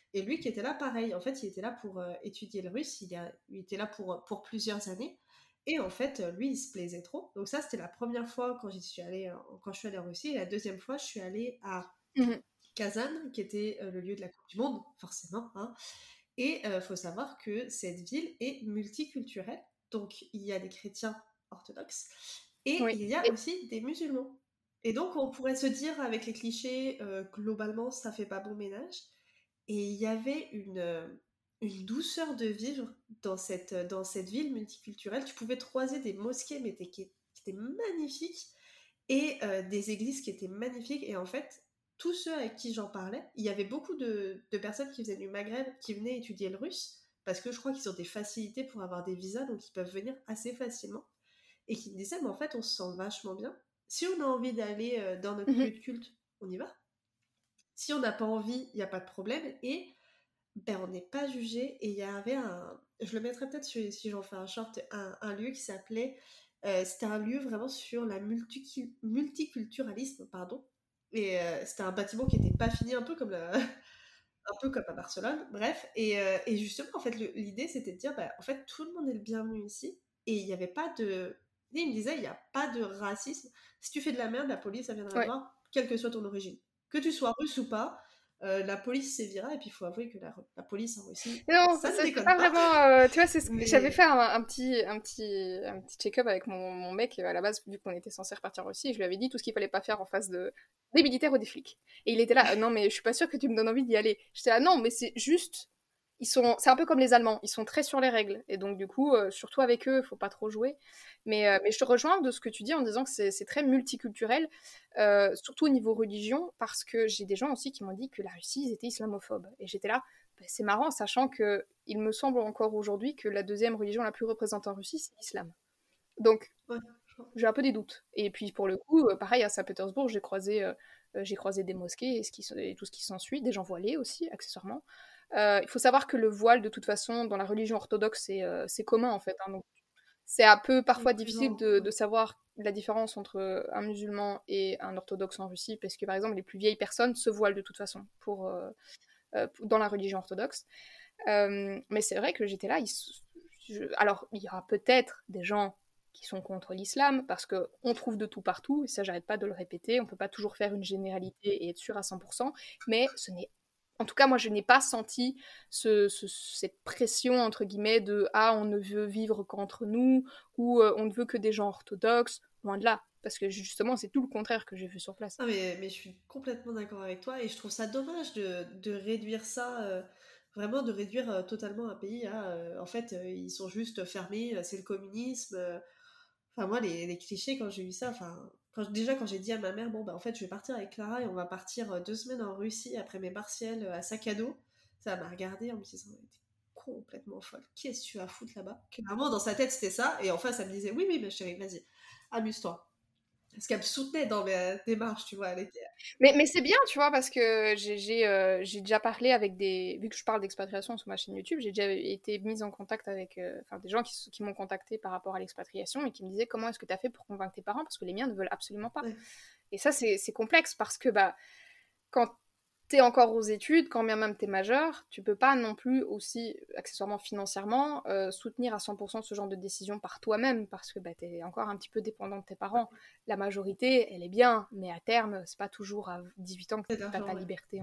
Et lui qui était là, pareil, en fait, il était là pour euh, étudier le russe, il, a, il était là pour, pour plusieurs années. Et en fait, lui, il se plaisait trop. Donc ça, c'était la première fois quand, j'y suis allée, quand je suis allée en Russie. Et la deuxième fois, je suis allée à Mhm. Kazan, qui était euh, le lieu de la Coupe du Monde, forcément. Hein. Et il euh, faut savoir que cette ville est multiculturelle. Donc, il y a des chrétiens orthodoxes et Oui. il y a Et- aussi des musulmans. Et donc, on pourrait se dire, avec les clichés, euh, globalement, ça fait pas bon ménage. Et il y avait une, euh, une douceur de vivre dans cette, dans cette ville multiculturelle. Tu pouvais croiser des mosquées, mais qui, qui étaient magnifiques, et euh, des églises qui étaient magnifiques. Et en fait, tous ceux avec qui j'en parlais, il y avait beaucoup de, de personnes qui faisaient du Maghreb, qui venaient étudier le russe, parce que je crois qu'ils ont des facilités pour avoir des visas, donc ils peuvent venir assez facilement. Et qui me disaient, mais en fait, on se sent vachement bien. Si on a envie d'aller euh, dans notre lieu Mhm. de culte, on y va. Si on n'a pas envie, il n'y a pas de problème. Et ben, on n'est pas jugé. Et il y avait un. Je le mettrai peut-être si, si j'en fais un short, un, un lieu qui s'appelait. Euh, c'était un lieu vraiment sur la multicu- multiculturalisme, pardon. Et euh, c'était un bâtiment qui n'était pas fini, un peu comme, la- un peu comme à Barcelone. Bref. Et, euh, et justement, en fait, le- l'idée, c'était de dire, bah, en fait, tout le monde est le bienvenu ici. Et il n'y avait pas de. Et il me disait, il n'y a pas de racisme. Si tu fais de la merde, la police, ça viendra te Ouais. voir, quelle que soit ton origine. Que tu sois russe ou pas, euh, la police sévira. Et puis, il faut avouer que la, la police en Russie, Non, ça ne c'est c'est déconne pas pas. vraiment. euh, tu vois, c'est ce que- j'avais fait Mais un, un petit, un petit, un petit check-up avec mon, mon mec à la base, vu qu'on était censé repartir en Russie, et je lui avais dit tout ce qu'il fallait pas faire en face de des militaires ou des flics. Et il était là, euh, non mais je suis pas sûre que tu me donnes envie d'y aller. J'étais là, non mais c'est juste, ils sont, c'est un peu comme les Allemands, ils sont très sur les règles, et donc du coup, euh, surtout avec eux, faut pas trop jouer. Mais, euh, mais je te rejoins de ce que tu dis en disant que c'est c'est très multiculturel, euh, surtout au niveau religion, parce que j'ai des gens aussi qui m'ont dit que la Russie, ils étaient islamophobes, et j'étais là. Ben, c'est marrant, sachant que il me semble encore aujourd'hui que la deuxième religion la plus représentée en Russie, c'est l'islam. Donc, ouais, je crois. j'ai un peu des doutes. Et puis, pour le coup, euh, pareil, à Saint-Pétersbourg, j'ai croisé, euh, euh, j'ai croisé des mosquées et, ce qui, et tout ce qui s'ensuit, des gens voilés aussi, accessoirement. Euh, il faut savoir que le voile, de toute façon, dans la religion orthodoxe, c'est euh, c'est commun, en fait. Hein. Donc, c'est un peu Il est parfois difficile présent. de, Ouais. de savoir la différence entre un musulman et un orthodoxe en Russie, parce que, par exemple, les plus vieilles personnes se voilent de toute façon pour, euh, euh, dans la religion orthodoxe. Euh, mais c'est vrai que j'étais là. Il, je, alors, il y aura peut-être des gens qui sont contre l'islam, parce qu'on trouve de tout partout, et ça, j'arrête pas de le répéter. On peut pas toujours faire une généralité et être sûr à cent pour cent, mais ce n'est. En tout cas, moi, je n'ai pas senti ce, ce, cette pression, entre guillemets, de « Ah, on ne veut vivre qu'entre nous » ou euh, « On ne veut que des gens orthodoxes ». Loin de là. Parce que justement, c'est tout le contraire que j'ai vu sur place. Ah, mais, mais je suis complètement d'accord avec toi et je trouve ça dommage de, de réduire ça, euh, vraiment de réduire euh, totalement un pays à, euh, en fait, euh, ils sont juste fermés, euh, c'est le communisme. euh. Enfin, moi, les, les clichés, quand j'ai eu ça, enfin, quand, déjà quand j'ai dit à ma mère, bon, bah, en fait, je vais partir avec Clara et on va partir euh, deux semaines en Russie après mes partiels euh, à sac à dos, ça m'a regardé en me disant, mais t'es complètement folle, qu'est-ce que tu vas foutre là-bas? Clairement, dans sa tête, c'était ça, et en face, elle me disait, oui, oui, mais chérie, vas-y, amuse-toi. Parce qu'elle me soutenait dans mes démarches, tu vois, elle était. Mais, mais c'est bien, tu vois, parce que j'ai j'ai, euh, j'ai déjà parlé avec des... Vu que je parle d'expatriation sur ma chaîne YouTube, j'ai déjà été mise en contact avec euh, enfin, des gens qui, qui m'ont contacté par rapport à l'expatriation et qui me disaient comment est-ce que tu as fait pour convaincre tes parents, parce que les miens ne veulent absolument pas. Ouais. Et ça, c'est c'est complexe, parce que bah, quand t'es encore aux études, quand bien même t'es majeur, tu peux pas non plus aussi, accessoirement financièrement, euh, soutenir à cent pour cent ce genre de décision par toi-même, parce que bah, t'es encore un petit peu dépendant de tes parents. La majorité, elle est bien, mais à terme, c'est pas toujours à dix-huit ans que C'est t'as d'argent, ta ouais. liberté.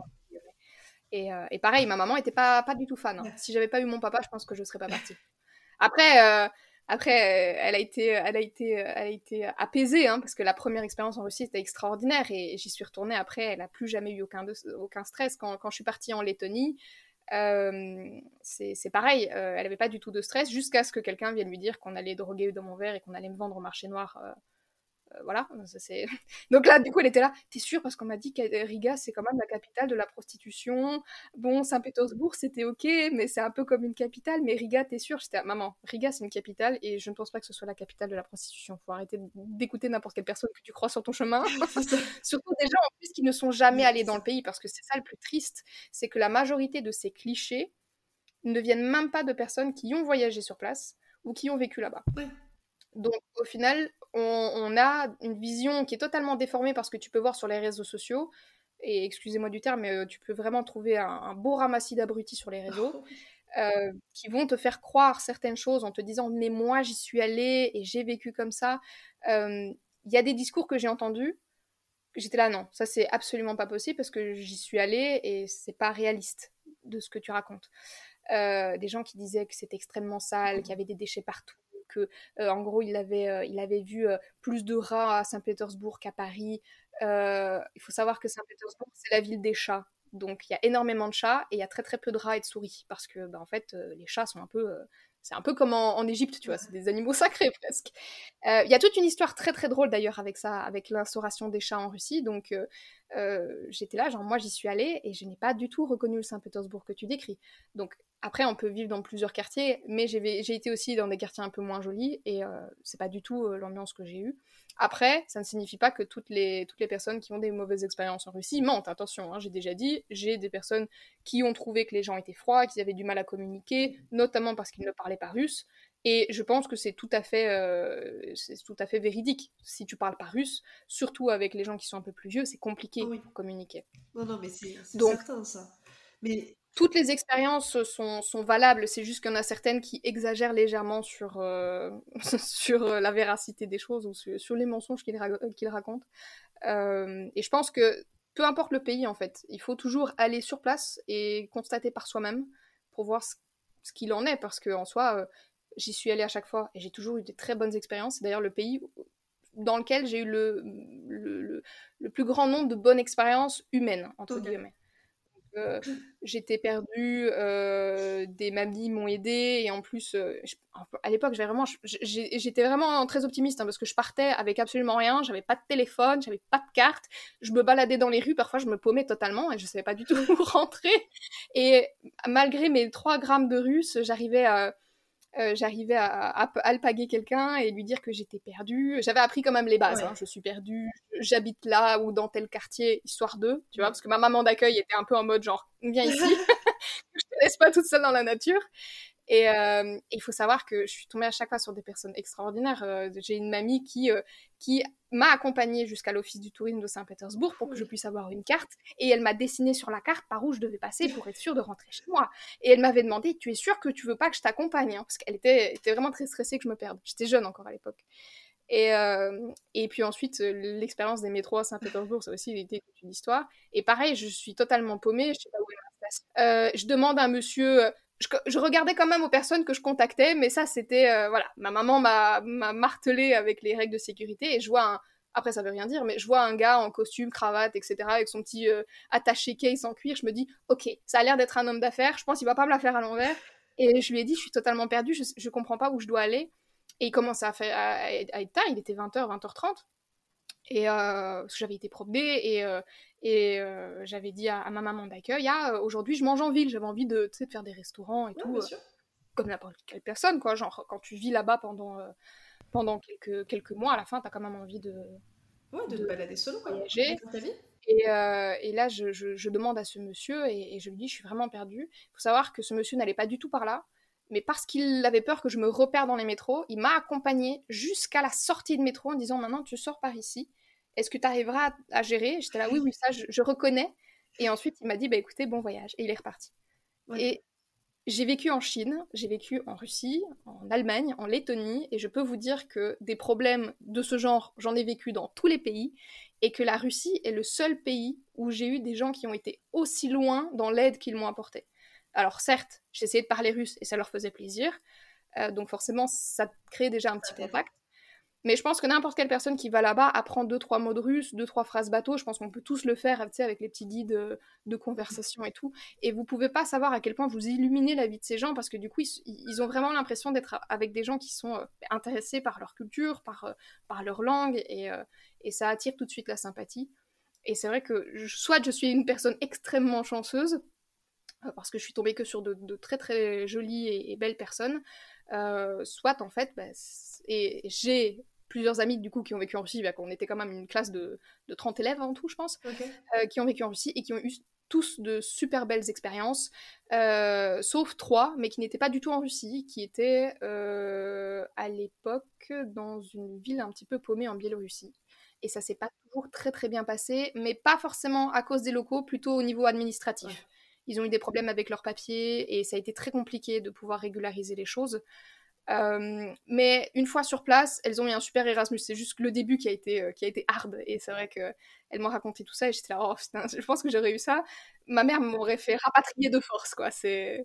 Et, euh, et pareil, ma maman était pas, pas du tout fan. Hein. Ouais. Si j'avais pas eu mon papa, je pense que je serais pas partie. Après, euh, après euh, elle, a été, elle, a été, elle a été apaisée, hein, parce que la première expérience en Russie était extraordinaire, et, et j'y suis retournée après, elle n'a plus jamais eu aucun, de, aucun stress. Quand, quand je suis partie en Lettonie, euh, c'est pareil, euh, elle n'avait pas du tout de stress, jusqu'à ce que quelqu'un vienne lui dire qu'on allait droguer dans mon verre et qu'on allait me vendre au marché noir. Euh, euh, voilà, ça, c'est... Donc là, du coup, elle était là, t'es sûre? Parce qu'on m'a dit que Riga, c'est quand même la capitale de la prostitution. Bon, Saint-Pétersbourg, c'était ok, mais c'est un peu comme une capitale. Mais Riga, t'es sûre? J'étais, maman, Riga, c'est une capitale et je ne pense pas que ce soit la capitale de la prostitution. Faut arrêter d'écouter n'importe quelle personne que tu crois sur ton chemin. C'est ça. Surtout des gens, en plus, qui ne sont jamais Mais allés c'est dans le ça. pays, parce que c'est ça le plus triste, c'est que la majorité de ces clichés ne viennent même pas de personnes qui ont voyagé sur place ou qui ont vécu là-bas. Ouais. Donc au final, on, on a une vision qui est totalement déformée, parce que tu peux voir sur les réseaux sociaux, et excusez-moi du terme, mais euh, tu peux vraiment trouver un, un beau ramassis d'abrutis sur les réseaux, euh, qui vont te faire croire certaines choses en te disant mais moi j'y suis allée et j'ai vécu comme ça. Il y a des discours que j'ai entendus, j'étais là non, ça c'est absolument pas possible parce que j'y suis allée et c'est pas réaliste de ce que tu racontes. Euh, des gens qui disaient que c'était extrêmement sale, qu'il y avait des déchets partout, que euh, en gros il avait, euh, il avait vu euh, plus de rats à Saint-Pétersbourg qu'à Paris. Euh, il faut savoir que Saint-Pétersbourg c'est la ville des chats, donc il y a énormément de chats et il y a très très peu de rats et de souris parce que bah, en fait euh, les chats sont un peu, euh, c'est un peu comme en, en Égypte, tu vois, c'est des animaux sacrés presque. Euh, Il y a toute une histoire très très drôle d'ailleurs avec ça, avec l'instauration des chats en Russie, donc euh, euh, j'étais là, genre moi j'y suis allée et je n'ai pas du tout reconnu le Saint-Pétersbourg que tu décris. Donc après, on peut vivre dans plusieurs quartiers, mais j'ai, j'ai été aussi dans des quartiers un peu moins jolis, et euh, c'est pas du tout euh, l'ambiance que j'ai eue. Après, ça ne signifie pas que toutes les, toutes les personnes qui ont des mauvaises expériences en Russie mentent, attention, hein, j'ai déjà dit, j'ai des personnes qui ont trouvé que les gens étaient froids, qu'ils avaient du mal à communiquer, notamment parce qu'ils ne parlaient pas russe, et je pense que c'est tout à fait, euh, c'est tout à fait véridique. Si tu parles pas russe, surtout avec les gens qui sont un peu plus vieux, c'est compliqué Oui. pour communiquer. Non, non, mais c'est c'est Donc, certain ça. Mais toutes les expériences sont, sont valables, c'est juste qu'il y en a certaines qui exagèrent légèrement sur, euh, sur la véracité des choses ou sur, sur les mensonges qu'ils ra- qu'ils racontent. Euh, et je pense que peu importe le pays, en fait, il faut toujours aller sur place et constater par soi-même pour voir ce, ce qu'il en est, parce qu'en soi, euh, j'y suis allée à chaque fois et j'ai toujours eu des très bonnes expériences. C'est d'ailleurs le pays dans lequel j'ai eu le, le, le, le plus grand nombre de bonnes expériences humaines, entre ok. guillemets. Euh, J'étais perdue, euh, des mamies m'ont aidée et en plus, euh, je- à l'époque, j'avais vraiment, j'ai- j'étais vraiment très optimiste hein, parce que je partais avec absolument rien, j'avais pas de téléphone, j'avais pas de carte, je me baladais dans les rues, parfois je me paumais totalement et je savais pas du tout où rentrer. Et malgré mes trois grammes de russe, j'arrivais à euh, j'arrivais à, à, à alpaguer quelqu'un et lui dire que j'étais perdue. J'avais appris quand même les bases. Ouais. Hein. Je suis perdue, j'habite là ou dans tel quartier, histoire d'eux, tu vois, Ouais. parce que ma maman d'accueil était un peu en mode genre, viens ici, je te laisse pas toute seule dans la nature. Et euh, il faut savoir que je suis tombée à chaque fois sur des personnes extraordinaires. Euh, j'ai une mamie qui, euh, qui m'a accompagnée jusqu'à l'office du tourisme de Saint-Pétersbourg pour que je puisse avoir une carte. Et elle m'a dessiné sur la carte par où je devais passer pour être sûre de rentrer chez moi. Et elle m'avait demandé, tu es sûre que tu veux pas que je t'accompagne hein parce qu'elle était, était vraiment très stressée que je me perde. J'étais jeune encore à l'époque. Et, euh, et puis ensuite, l'expérience des métros à Saint-Pétersbourg, ça aussi été toute une histoire. Et pareil, je suis totalement paumée, je sais pas où est ma station. Euh, je demande à un monsieur, je, je regardais quand même aux personnes que je contactais, mais ça c'était, euh, voilà, ma maman m'a, m'a martelé avec les règles de sécurité et je vois un, après ça veut rien dire, mais je vois un gars en costume, cravate, et cetera, avec son petit euh, attaché case en cuir, je me dis, ok, ça a l'air d'être un homme d'affaires, je pense qu'il va pas me la faire à l'envers. Et je lui ai dit, je suis totalement perdue, je, je comprends pas où je dois aller. Et il commençait à, faire, à, à être tard, il était vingt heures, vingt heures trente. Et euh, parce que j'avais été probée et, euh, et euh, j'avais dit à, à ma maman d'accueil, ah, euh, aujourd'hui je mange en ville, j'avais envie de, de faire des restaurants et Ouais, tout, bien euh, sûr. comme n'importe quelle personne, quoi. Genre, quand tu vis là-bas pendant, euh, pendant quelques, quelques mois, à la fin, t'as quand même envie de, Ouais, de te de balader solo, quoi. De voyager. faire ta vie. Et, euh, et là, je, je, je demande à ce monsieur et, et je lui dis, je suis vraiment perdue. Il faut savoir que ce monsieur n'allait pas du tout par là, mais parce qu'il avait peur que je me repère dans les métros, il m'a accompagnée jusqu'à la sortie de métro en disant, maintenant tu sors par ici. Est-ce que tu arriveras à, à gérer? J'étais là, oui, oui, ça, je, je reconnais. Et ensuite, il m'a dit, bah écoutez, bon voyage. Et il est reparti. Ouais. Et j'ai vécu en Chine, j'ai vécu en Russie, en Allemagne, en Lettonie, et je peux vous dire que des problèmes de ce genre, j'en ai vécu dans tous les pays, et que la Russie est le seul pays où j'ai eu des gens qui ont été aussi loin dans l'aide qu'ils m'ont apportée. Alors certes, j'essayais de parler russe et ça leur faisait plaisir, euh, donc forcément ça crée déjà un Ça petit t'aide. contact. Mais je pense que n'importe quelle personne qui va là-bas apprend deux, trois mots de russe, deux, trois phrases bateau. Je pense qu'on peut tous le faire, tu sais, avec les petits guides de, de conversation et tout. Et vous pouvez pas savoir à quel point vous illuminez la vie de ces gens parce que du coup, ils, ils ont vraiment l'impression d'être avec des gens qui sont euh, intéressés par leur culture, par, euh, par leur langue, et, euh, et ça attire tout de suite la sympathie. Et c'est vrai que je, soit je suis une personne extrêmement chanceuse, euh, parce que je suis tombée que sur de, de très très jolies et, et belles personnes, euh, soit en fait, bah, et j'ai plusieurs amis du coup qui ont vécu en Russie, bah, qu'on était quand même une classe de, de trente élèves en tout, je pense, Ok. euh, qui ont vécu en Russie et qui ont eu tous de super belles expériences, euh, sauf trois, mais qui n'étaient pas du tout en Russie, qui étaient euh, à l'époque dans une ville un petit peu paumée en Biélorussie. et ça s'est pas toujours très très bien passé, mais pas forcément à cause des locaux, plutôt au niveau administratif. Ouais. Ils ont eu des problèmes avec leurs papiers et ça a été très compliqué de pouvoir régulariser les choses. Euh, mais une fois sur place, elles ont eu un super Erasmus. C'est juste le début qui a été, euh, qui a été hard. Et c'est vrai qu'elles m'ont raconté tout ça et j'étais là, oh putain, je pense que j'aurais eu ça. Ma mère m'aurait fait rapatrier de force, quoi. C'est...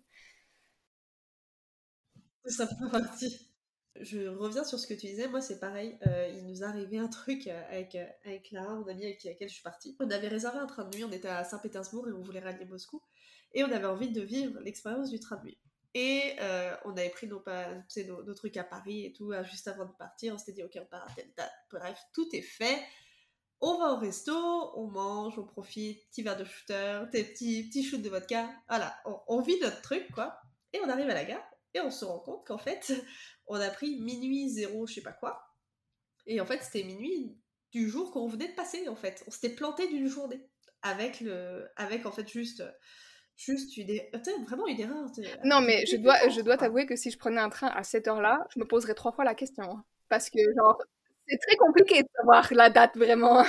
Ça fait partie. Je reviens sur ce que tu disais, moi c'est pareil, euh, il nous arrivait un truc euh, avec, euh, avec Clara, mon amie avec laquelle je suis partie. On avait réservé un train de nuit, on était à Saint-Pétersbourg et on voulait rallier Moscou. Et on avait envie de vivre l'expérience du train de nuit. Et euh, on avait pris nos, pas, nos, nos trucs à Paris et tout, euh, juste avant de partir, on s'était dit ok on part à telle date. Bref, tout est fait. On va au resto, on mange, on profite, petit verre de shooter, tes petits, petits shoots de vodka, voilà, on, on vit notre truc quoi. Et on arrive à la gare et on se rend compte qu'en fait, on a pris minuit zéro, je sais pas quoi. Et en fait, c'était minuit du jour qu'on venait de passer, en fait. On s'était planté d'une journée. Avec, le, avec en fait, juste, juste une, er- vraiment une erreur de, Non, de mais je dois, je débutante, dois quoi. t'avouer que si je prenais un train à cette heure-là, je me poserais trois fois la question. Hein. Parce que, genre, c'est très compliqué de savoir la date, vraiment.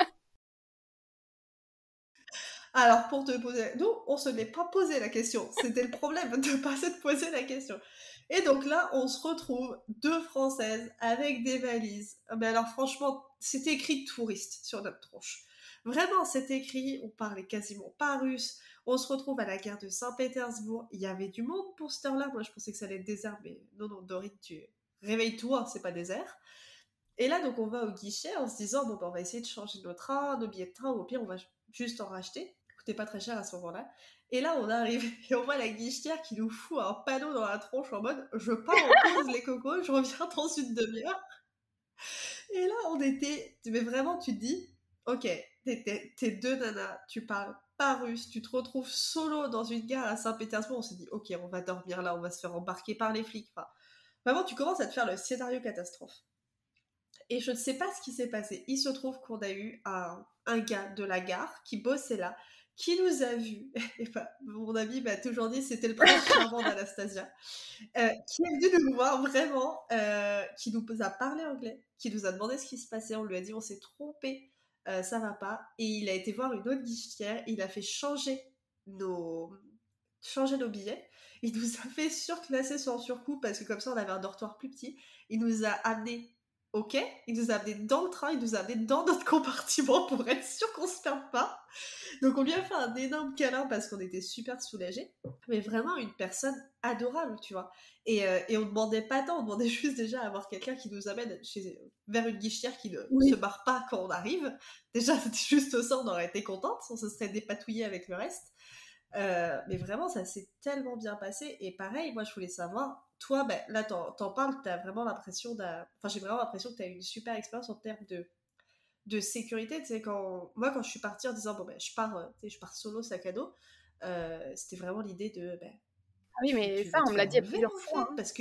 Alors, pour te poser... Nous, on se n'est pas posé la question. C'était le problème de ne pas se poser la question. Et donc là, on se retrouve deux Françaises avec des valises. Mais alors, franchement, c'était écrit touriste sur notre tronche. Vraiment, c'était écrit, on parlait quasiment pas russe. On se retrouve à la gare de Saint-Pétersbourg. Il y avait du monde pour cette heure-là. Moi, je pensais que ça allait être désert, mais non, non, Dorine, tu réveille-toi, c'est pas désert. Et là, donc, on va au guichet en se disant, bon, ben, on va essayer de changer nos trains, nos billets de train, ou au pire, on va juste en racheter. Ça coûtait pas très cher à ce moment-là. Et là, on arrive et on voit la guichetière qui nous fout un panneau dans la tronche en mode, je pars en pause les cocos, je reviens dans une demi-heure. Et là, on était, mais vraiment, tu te dis, ok, t'es, t'es deux nanas, tu parles pas russe, tu te retrouves solo dans une gare à Saint-Pétersbourg, on s'est dit, ok, on va dormir là, on va se faire embarquer par les flics. Enfin, vraiment, tu commences à te faire le scénario catastrophe. Et je ne sais pas ce qui s'est passé. Il se trouve qu'on a eu un, un gars de la gare qui bossait là, qui nous a vus. Et bah, mon ami m'a toujours dit c'était le prince charmant d'Anastasia, euh, qui est venu nous voir vraiment, euh, qui nous a parlé anglais, qui nous a demandé ce qui se passait. On lui a dit on s'est trompé, euh, ça va pas. Et il a été voir une autre guichetière, il a fait changer nos, changer nos billets. Il nous a fait surclasser sans surcoût parce que comme ça on avait un dortoir plus petit. Il nous a amené au quai, il nous a amené dans le train, il nous a amené dans notre compartiment pour être sûr qu'on se perde pas. Donc on lui a fait un énorme câlin parce qu'on était super soulagés. Mais vraiment une personne adorable, tu vois. Et, euh, et on demandait pas tant, on demandait juste déjà à avoir quelqu'un qui nous amène chez, vers une guichetière qui ne Oui. se barre pas quand on arrive. Déjà c'était juste ça, on aurait été contente, on se serait dépatouillé avec le reste. Euh, mais vraiment, ça s'est tellement bien passé. Et pareil, moi, je voulais savoir, toi, ben, là, t'en, t'en parles, t'as vraiment l'impression d'un... Enfin, j'ai vraiment l'impression que t'as eu une super expérience en termes de, de sécurité. Tu sais, quand... Moi, quand je suis partie en disant, bon, ben, je pars, euh, tu sais, je pars solo, sac à dos, euh, c'était vraiment l'idée de, ben, Ah oui, tu, mais tu ça, vas te on me l'a faire dit à enlever, plusieurs en fois. fait. Hein. Parce que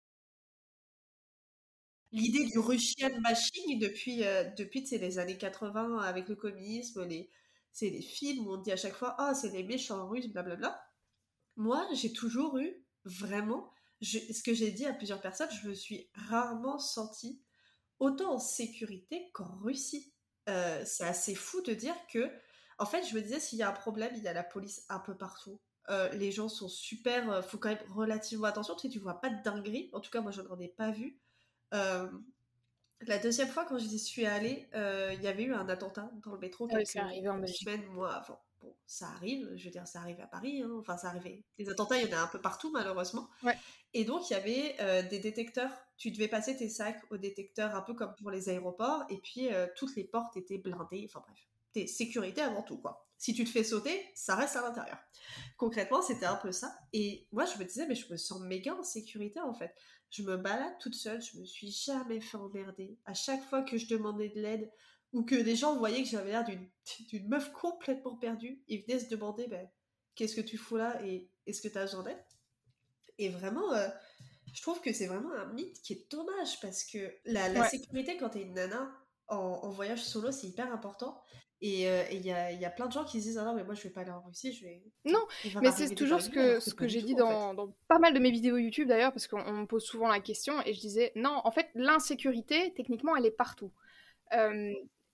l'idée du Russian machine, depuis, euh, depuis tu sais, les années quatre-vingts, avec le communisme, les... c'est les films où on dit à chaque fois, ah, oh, c'est les méchants russes, blablabla. Moi, j'ai toujours eu vraiment, je, ce que j'ai dit à plusieurs personnes, je me suis rarement sentie autant en sécurité qu'en Russie. Euh, c'est assez fou de dire que, en fait, je me disais, s'il y a un problème, il y a la police un peu partout. Euh, les gens sont super, euh, faut quand même relativement attention, tu sais, tu vois pas de dinguerie. En tout cas, moi, je n'en ai pas vu. Euh, la deuxième fois, quand j'y suis allée, euh, il y avait eu un attentat dans le métro Ah oui, c'est quelques arrivé en Belgique. semaines, mois avant. Bon, ça arrive, je veux dire, ça arrive à Paris, hein. Enfin, ça arrivait. Les attentats, il y en a un peu partout, malheureusement. Ouais. Et donc, il y avait euh, des détecteurs. Tu devais passer tes sacs au détecteur, un peu comme pour les aéroports, et puis euh, toutes les portes étaient blindées. Enfin bref, t'es sécurité avant tout, quoi. Si tu te fais sauter, ça reste à l'intérieur. Concrètement, c'était un peu ça. Et moi, je me disais, mais je me sens méga en sécurité, en fait. Je me balade toute seule, je me suis jamais fait emmerder. À chaque fois que je demandais de l'aide, ou que des gens voyaient que j'avais l'air d'une, d'une meuf complètement perdue, ils venaient se demander, ben, qu'est-ce que tu fous là et est-ce que tu as besoin d'aide? Et vraiment, euh, je trouve que c'est vraiment un mythe qui est dommage parce que la, la Ouais. sécurité quand t'es une nana en, en voyage solo, c'est hyper important. Et il euh, y, a, y a plein de gens qui se disent ah non mais moi je vais pas aller en Russie, je vais Non, il va mais c'est m'arriver des toujours ce dingueries que, alors que ce pas que du j'ai tout dit en fait. dans, dans pas mal de mes vidéos YouTube d'ailleurs, parce qu'on on me pose souvent la question, et je disais, non, en fait, l'insécurité, techniquement, elle est partout. Euh,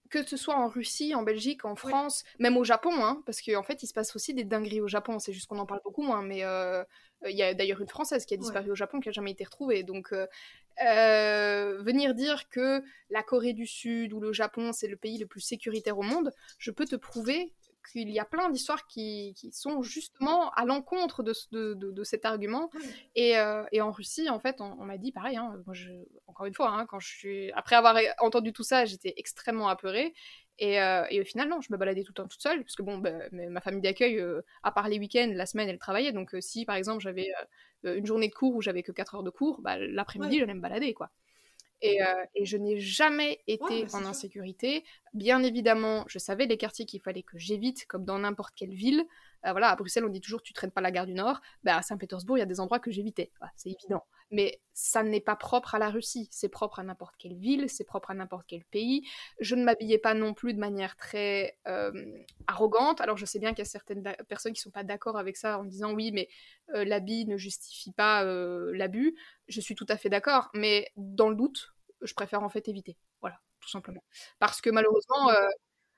que ce soit en Russie, en Belgique, en Ouais. France, même au Japon, hein, parce qu'en fait, il se passe aussi des dingueries au Japon, c'est juste qu'on en parle beaucoup moins, mais euh, il y a d'ailleurs une Française qui a disparu Ouais. au Japon, qui n'a jamais été retrouvée, donc euh, euh, venir dire que la Corée du Sud ou le Japon, c'est le pays le plus sécuritaire au monde, je peux te prouver qu'il y a plein d'histoires qui, qui sont justement à l'encontre de, de, de, de cet argument. Ouais. Et, euh, et en Russie, en fait, on, on m'a dit pareil. Hein, moi je, encore une fois, hein, quand je suis, après avoir entendu tout ça, j'étais extrêmement apeurée. Et, euh, et au final, non, je me baladais tout le temps toute seule, parce que bon, bah, ma famille d'accueil, euh, à part les week-ends, la semaine, elle travaillait. Donc euh, si, par exemple, j'avais euh, une journée de cours où j'avais que quatre heures de cours, bah, l'après-midi, Ouais. j'allais me balader, quoi. Et, euh, et je n'ai jamais Ouais, été bah, c'est en sûr. insécurité. Bien évidemment, je savais les quartiers qu'il fallait que j'évite, comme dans n'importe quelle ville. Euh, voilà, à Bruxelles, on dit toujours tu traînes pas la gare du Nord. Bah, à Saint-Pétersbourg, il y a des endroits que j'évitais. Voilà, c'est évident. Mais ça n'est pas propre à la Russie. C'est propre à n'importe quelle ville, c'est propre à n'importe quel pays. Je ne m'habillais pas non plus de manière très euh, arrogante. Alors, je sais bien qu'il y a certaines personnes qui sont pas d'accord avec ça en disant oui, mais euh, l'habit ne justifie pas euh, l'abus. Je suis tout à fait d'accord, mais dans le doute, je préfère en fait éviter. Voilà, tout simplement. Parce que malheureusement, euh,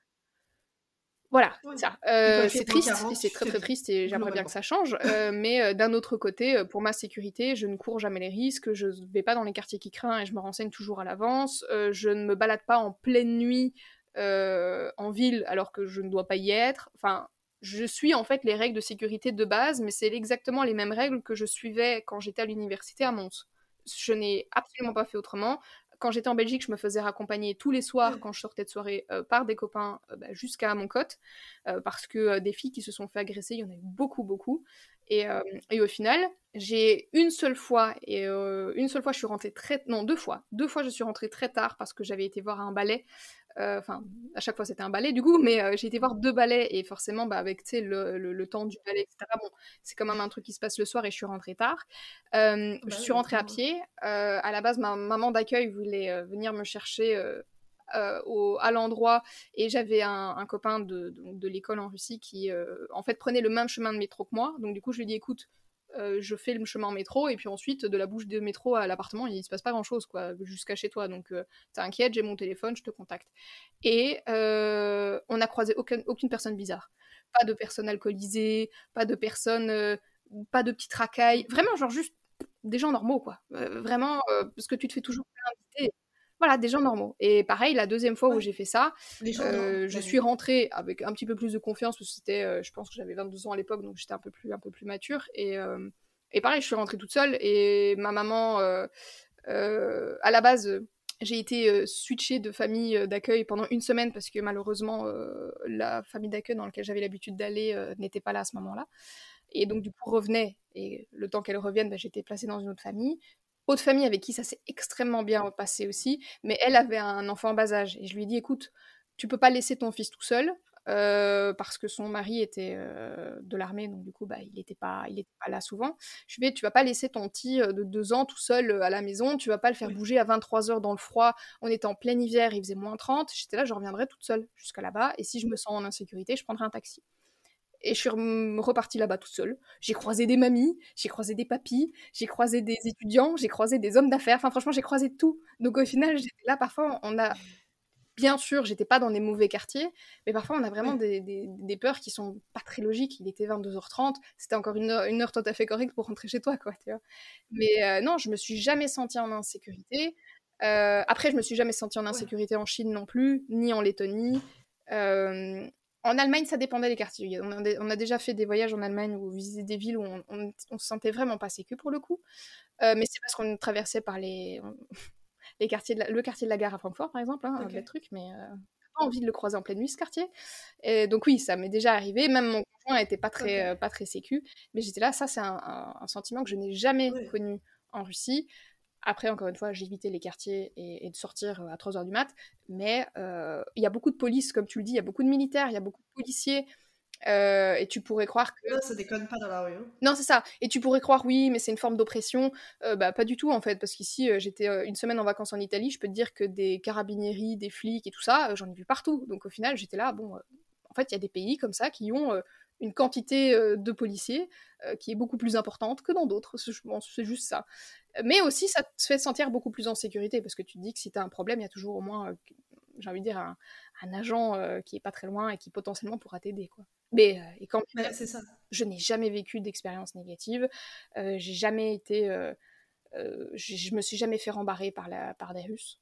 voilà, Ouais. ça. Et quand Euh, il fait c'est moins triste, et quarante, c'est tu très très t'habilles, triste, et j'aimerais bien que globalement. ça change. euh, mais euh, d'un autre côté, euh, pour ma sécurité, je ne cours jamais les risques, je ne vais pas dans les quartiers qui craignent et je me renseigne toujours à l'avance. Euh, je ne me balade pas en pleine nuit euh, en ville alors que je ne dois pas y être. Enfin, je suis en fait les règles de sécurité de base, mais c'est exactement les mêmes règles que je suivais quand j'étais à l'université à Mons. Je n'ai absolument pas fait autrement. Quand j'étais en Belgique, je me faisais raccompagner tous les soirs Ouais. quand je sortais de soirée euh, par des copains euh, bah, jusqu'à Moncotte, euh, parce que euh, des filles qui se sont fait agresser, il y en a eu beaucoup, beaucoup. Et, euh, et au final, j'ai une seule fois, et euh, une seule fois, je suis rentrée très... Non, deux fois. Deux fois, je suis rentrée très tard parce que j'avais été voir un ballet. Euh, Enfin, à chaque fois, c'était un ballet, du coup, mais euh, j'ai été voir deux ballets, et forcément, bah, avec, tu sais, le, le, le temps du ballet, et cetera, bon, c'est quand même un truc qui se passe le soir, et je suis rentrée tard. Euh, je Bah suis oui, rentrée à évidemment. pied. Euh, à la base, ma maman d'accueil voulait euh, venir me chercher euh, euh, au, à l'endroit, et j'avais un, un copain de, de, de l'école en Russie qui, euh, en fait, prenait le même chemin de métro que moi. Donc, du coup, je lui ai dit, écoute, euh, je fais le chemin en métro, et puis ensuite, de la bouche de métro à l'appartement, il se passe pas grand-chose, quoi, jusqu'à chez toi. Donc, euh, t'inquiète, j'ai mon téléphone, je te contacte. Et euh, on n'a croisé aucun, aucune personne bizarre. Pas de personnes alcoolisées, pas de personnes... euh, pas de petites racailles. Vraiment, genre, juste des gens normaux, quoi. Euh, vraiment, euh, parce que tu te fais toujours inviter. Voilà, des gens normaux. Et pareil, la deuxième fois où Ouais. j'ai fait ça, Les gens dorment euh, je la suis nuit. rentrée avec un petit peu plus de confiance, parce que c'était, euh, je pense que j'avais vingt-deux ans à l'époque, donc j'étais un peu plus, un peu plus mature. Et, euh, et pareil, je suis rentrée toute seule, et ma maman, euh, euh, à la base, euh, j'ai été euh, switchée de famille euh, d'accueil pendant une semaine, parce que malheureusement, euh, la famille d'accueil dans laquelle j'avais l'habitude d'aller euh, n'était pas là à ce moment-là. Et donc, du coup, revenait. Et le temps qu'elle revienne, bah, j'étais placée dans une autre famille. Autre famille avec qui ça s'est extrêmement bien passé aussi. Mais elle avait un enfant en bas âge. Et je lui ai dit, écoute, tu peux pas laisser ton fils tout seul. Euh, parce que son mari était euh, de l'armée, donc du coup, bah, il n'était pas, il était pas là souvent. Je lui ai dit, tu vas pas laisser ton petit euh, de deux ans tout seul euh, à la maison, tu vas pas le faire Ouais. bouger à vingt-trois heures dans le froid. On était en plein hiver, il faisait moins trente. J'étais là, je reviendrai toute seule jusqu'à là-bas. Et si je me sens en insécurité, je prendrai un taxi. Et je suis repartie là-bas toute seule. J'ai croisé des mamies, j'ai croisé des papis, j'ai croisé des étudiants, j'ai croisé des hommes d'affaires. Enfin, franchement, j'ai croisé tout. Donc, au final, j'étais là. Parfois, on a. Bien sûr, j'étais pas dans des mauvais quartiers, mais parfois, on a vraiment Ouais. des, des, des peurs qui sont pas très logiques. Il était vingt-deux heures trente, c'était encore une heure, une heure tout à fait correcte pour rentrer chez toi, quoi, tu vois. Mais euh, non, je me suis jamais sentie en insécurité. Euh, après, je me suis jamais sentie en Ouais. insécurité en Chine non plus, ni en Lettonie. Euh, en Allemagne, ça dépendait des quartiers. On a, on a, déjà fait des voyages en Allemagne où on visitait des villes où on, on, on se sentait vraiment pas sécu pour le coup. Euh, mais c'est parce qu'on traversait par les, les quartiers de la, le quartier de la gare à Francfort, par exemple, hein, un Ok. bête truc, mais euh, pas envie de le croiser en pleine nuit, ce quartier. Et donc oui, ça m'est déjà arrivé. Même mon conjoint était pas Ok. très, euh, pas très sécu, mais j'étais là. Ça, c'est un, un, un sentiment que je n'ai jamais Ouais. connu en Russie. Après, encore une fois, j'évitais les quartiers et, et de sortir à trois heures du mat. Mais il euh, y a beaucoup de police, comme tu le dis, il y a beaucoup de militaires, il y a beaucoup de policiers. Euh, et tu pourrais croire que... Non, ça déconne pas dans la rue. Hein. Non, c'est ça. Et tu pourrais croire, oui, mais c'est une forme d'oppression. Euh, bah, pas du tout, en fait, parce qu'ici, euh, j'étais euh, une semaine en vacances en Italie, je peux te dire que des carabinieri, des flics et tout ça, euh, j'en ai vu partout. Donc au final, j'étais là, bon, euh, en fait, il y a des pays comme ça qui ont euh, une quantité euh, de policiers euh, qui est beaucoup plus importante que dans d'autres. Je pense c'est juste ça. Mais aussi, ça te fait sentir beaucoup plus en sécurité, parce que tu te dis que si t'as un problème, il y a toujours au moins... Euh, j'ai envie de dire, un, un agent euh, qui est pas très loin et qui potentiellement pourra t'aider, quoi. Mais, euh, et quand Bah, c'est ça. je n'ai jamais vécu d'expérience négative, euh, j'ai jamais été... Euh, euh, je, je me suis jamais fait rembarrer par, la, par des Russes.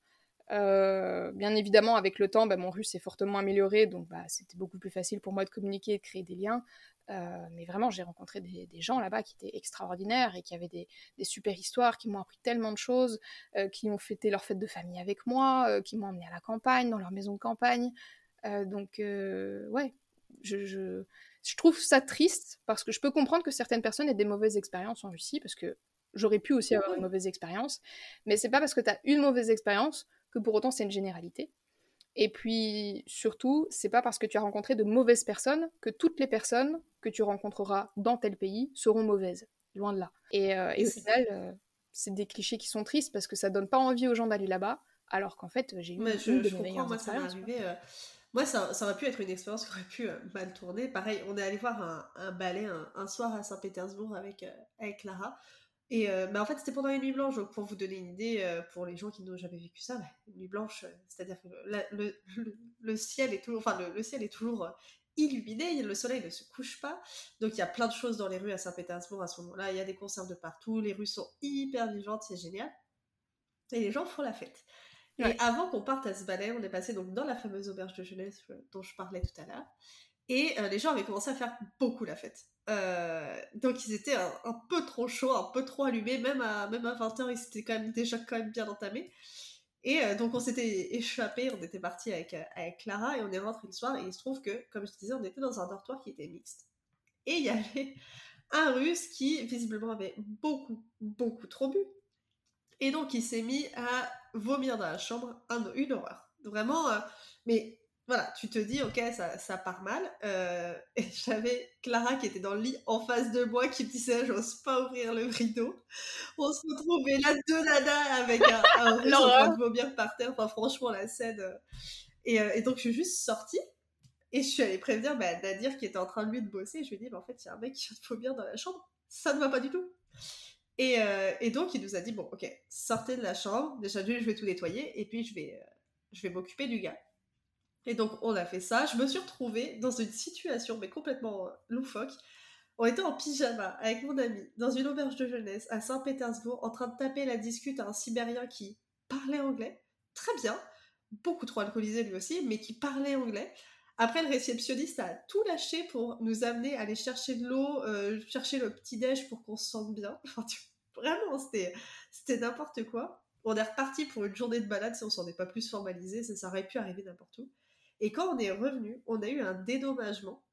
Euh, bien évidemment, avec le temps, bah, mon russe s'est fortement amélioré, donc bah, c'était beaucoup plus facile pour moi de communiquer et de créer des liens. Euh, mais vraiment, j'ai rencontré des, des gens là-bas qui étaient extraordinaires et qui avaient des, des super histoires, qui m'ont appris tellement de choses, euh, qui ont fêté leur fête de famille avec moi, euh, qui m'ont emmené à la campagne, dans leur maison de campagne. Euh, donc, euh, ouais, je, je, je trouve ça triste parce que je peux comprendre que certaines personnes aient des mauvaises expériences en Russie, parce que j'aurais pu aussi avoir une mauvaise expérience, mais c'est pas parce que tu as une mauvaise expérience que pour autant c'est une généralité. Et puis surtout, c'est pas parce que tu as rencontré de mauvaises personnes que toutes les personnes que tu rencontreras dans tel pays seront mauvaises. Loin de là. Et, euh, et au final, euh, c'est des clichés qui sont tristes parce que ça donne pas envie aux gens d'aller là-bas, alors qu'en fait, j'ai eu Mais une je, de je mes comprends, meilleures moi ça m'est expériences. arrivé. euh, Moi ça, ça aurait pu être une expérience qui aurait pu euh, mal tourner. Pareil, on est allé voir un, un ballet un, un soir à Saint-Pétersbourg avec, euh, avec Clara. Et euh, bah, en fait, c'était pendant une nuit blanche. Donc, pour vous donner une idée, euh, pour les gens qui n'ont jamais vécu ça, bah, une nuit blanche, euh, c'est-à-dire que la- le, le, le ciel est toujours, enfin, le, le ciel est toujours euh, illuminé, le soleil ne se couche pas. Donc, il y a plein de choses dans les rues à Saint-Pétersbourg à ce moment-là. Il y a des concerts de partout, les rues sont hyper vivantes, c'est génial. Et les gens font la fête. Et Ouais. avant qu'on parte à ce ballet, on est passé donc dans la fameuse auberge de jeunesse euh, dont je parlais tout à l'heure. Et euh, les gens avaient commencé à faire beaucoup la fête. Euh, donc ils étaient un, un peu trop chauds, un peu trop allumés, même à, même à vingt heures, ils étaient quand même déjà quand même bien entamés. Et euh, donc on s'était échappé, on était parti avec, euh, avec Clara et on est rentré le soir. Et il se trouve que, comme je disais, on était dans un dortoir qui était mixte. Et il y avait un Russe qui visiblement avait beaucoup, beaucoup trop bu. Et donc il s'est mis à vomir dans la chambre, un, une horreur. Vraiment, euh, mais voilà, tu te dis, ok, ça, ça part mal. Euh, et j'avais Clara qui était dans le lit en face de moi qui me disait, j'ose pas ouvrir le rideau. On se retrouvait là, deux nanas avec un, un russe en train L'horreur. de vomir par terre. Enfin, franchement, la scène. euh. Et, euh, et donc, je suis juste sortie et je suis allée prévenir bah, Nadir qui était en train de lui de bosser. Je lui ai dit, bah, en fait, il y a un mec qui vient de vomir dans la chambre. Ça ne va pas du tout. Et, euh, et donc, il nous a dit, bon, ok, sortez de la chambre. Déjà, je vais tout nettoyer et puis je vais, euh, je vais m'occuper du gars. Et donc, on a fait ça. Je me suis retrouvée dans une situation, mais complètement euh, loufoque. On était en pyjama avec mon ami dans une auberge de jeunesse à Saint-Pétersbourg en train de taper la discute à un Sibérien qui parlait anglais. Très bien. Beaucoup trop alcoolisé lui aussi, mais qui parlait anglais. Après, le réceptionniste a tout lâché pour nous amener à aller chercher de l'eau, euh, chercher le petit-déj pour qu'on se sente bien. Enfin, tu... Vraiment, c'était, c'était n'importe quoi. On est reparti pour une journée de balade si on s'en est pas plus formalisé, ça, ça aurait pu arriver n'importe où. Et quand on est revenu, on a eu un dédommagement.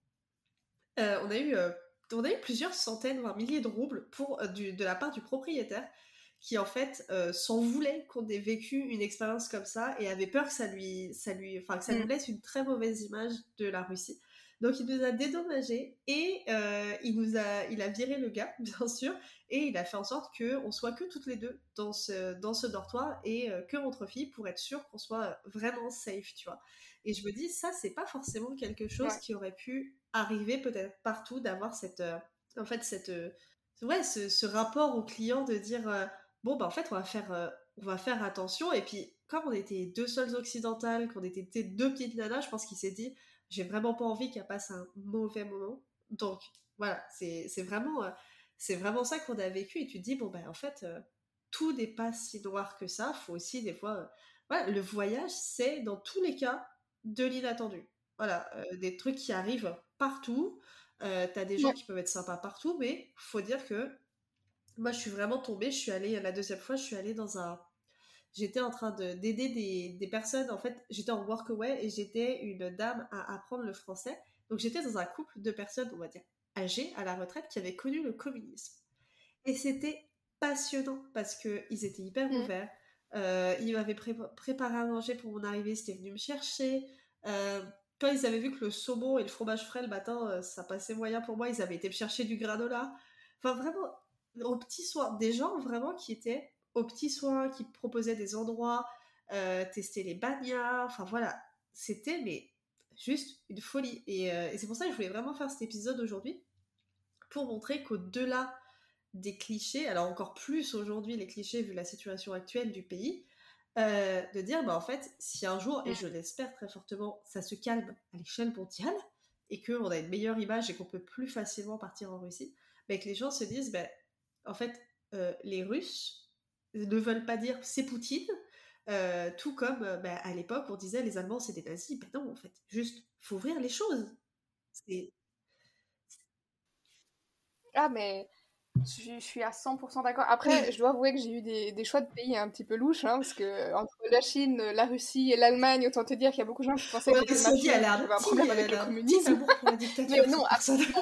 Euh, on, a eu, euh, on a eu plusieurs centaines, voire milliers de roubles pour, euh, du, de la part du propriétaire qui en fait euh, s'en voulait qu'on ait vécu une expérience comme ça et avait peur que ça lui, ça lui, enfin que ça Mm. nous laisse une très mauvaise image de la Russie. Donc il nous a dédommagés et euh, il nous a, il a viré le gars bien sûr et il a fait en sorte que on soit que toutes les deux dans ce dans ce dortoir et euh, que entre filles pour être sûr qu'on soit vraiment safe, tu vois. Et je me dis ça c'est pas forcément quelque chose Ouais. qui aurait pu arriver peut-être partout d'avoir cette, euh, en fait cette, euh, ouais ce, ce rapport au client de dire euh, bon bah en fait on va faire euh, on va faire attention et puis comme on était deux seules occidentales qu'on était deux petites nanas je pense qu'il s'est dit j'ai vraiment pas envie qu'elle passe un mauvais moment donc voilà c'est c'est vraiment euh, c'est vraiment ça qu'on a vécu et tu te dis bon bah en fait euh, tout n'est pas si noir que ça faut aussi des fois euh, voilà, le voyage c'est dans tous les cas de l'inattendu voilà euh, des trucs qui arrivent partout euh, t'as des gens Ouais. qui peuvent être sympas partout mais faut dire que moi, je suis vraiment tombée. Je suis allée, la deuxième fois, je suis allée dans un. J'étais en train de, d'aider des, des personnes. En fait, j'étais en workaway et j'étais une dame à apprendre le français. Donc, j'étais dans un couple de personnes, on va dire, âgées, à la retraite, qui avaient connu le communisme. Et c'était passionnant parce qu'ils étaient hyper Mm. ouverts. Euh, ils m'avaient pré- préparé à manger pour mon arrivée. C'était venu me chercher. Euh, quand ils avaient vu que le saumon et le fromage frais le matin, euh, ça passait moyen pour moi, ils avaient été me chercher du granola. Enfin, vraiment, aux petits soins. Des gens vraiment qui étaient aux petits soins, qui proposaient des endroits, euh, tester les bagnards. Enfin, voilà. C'était, mais juste une folie. Et, euh, et c'est pour ça que je voulais vraiment faire cet épisode aujourd'hui pour montrer qu'au-delà des clichés, alors encore plus aujourd'hui les clichés vu la situation actuelle du pays, euh, de dire, bah, en fait, si un jour, et Mm. je l'espère très fortement, ça se calme à l'échelle mondiale, et qu'on a une meilleure image et qu'on peut plus facilement partir en Russie, bah, que les gens se disent, bah, en fait, euh, les Russes ne veulent pas dire c'est Poutine, euh, tout comme euh, bah, à l'époque on disait les Allemands c'est des nazis. Ben non, en fait, juste, faut ouvrir les choses. C'est... Ah, mais je, je suis à cent pour cent d'accord. Après, je dois avouer que j'ai eu des, des choix de pays un petit peu louches, hein, parce que entre la Chine, la Russie et l'Allemagne, autant te dire qu'il y a beaucoup de gens qui pensaient que Ouais, ils j'étais se sont dit, elle mafieuse et a que un j'avais un petit, problème avec elle le a un petit communisme. amour pour la Mais dictature, non, cette personne. absolument.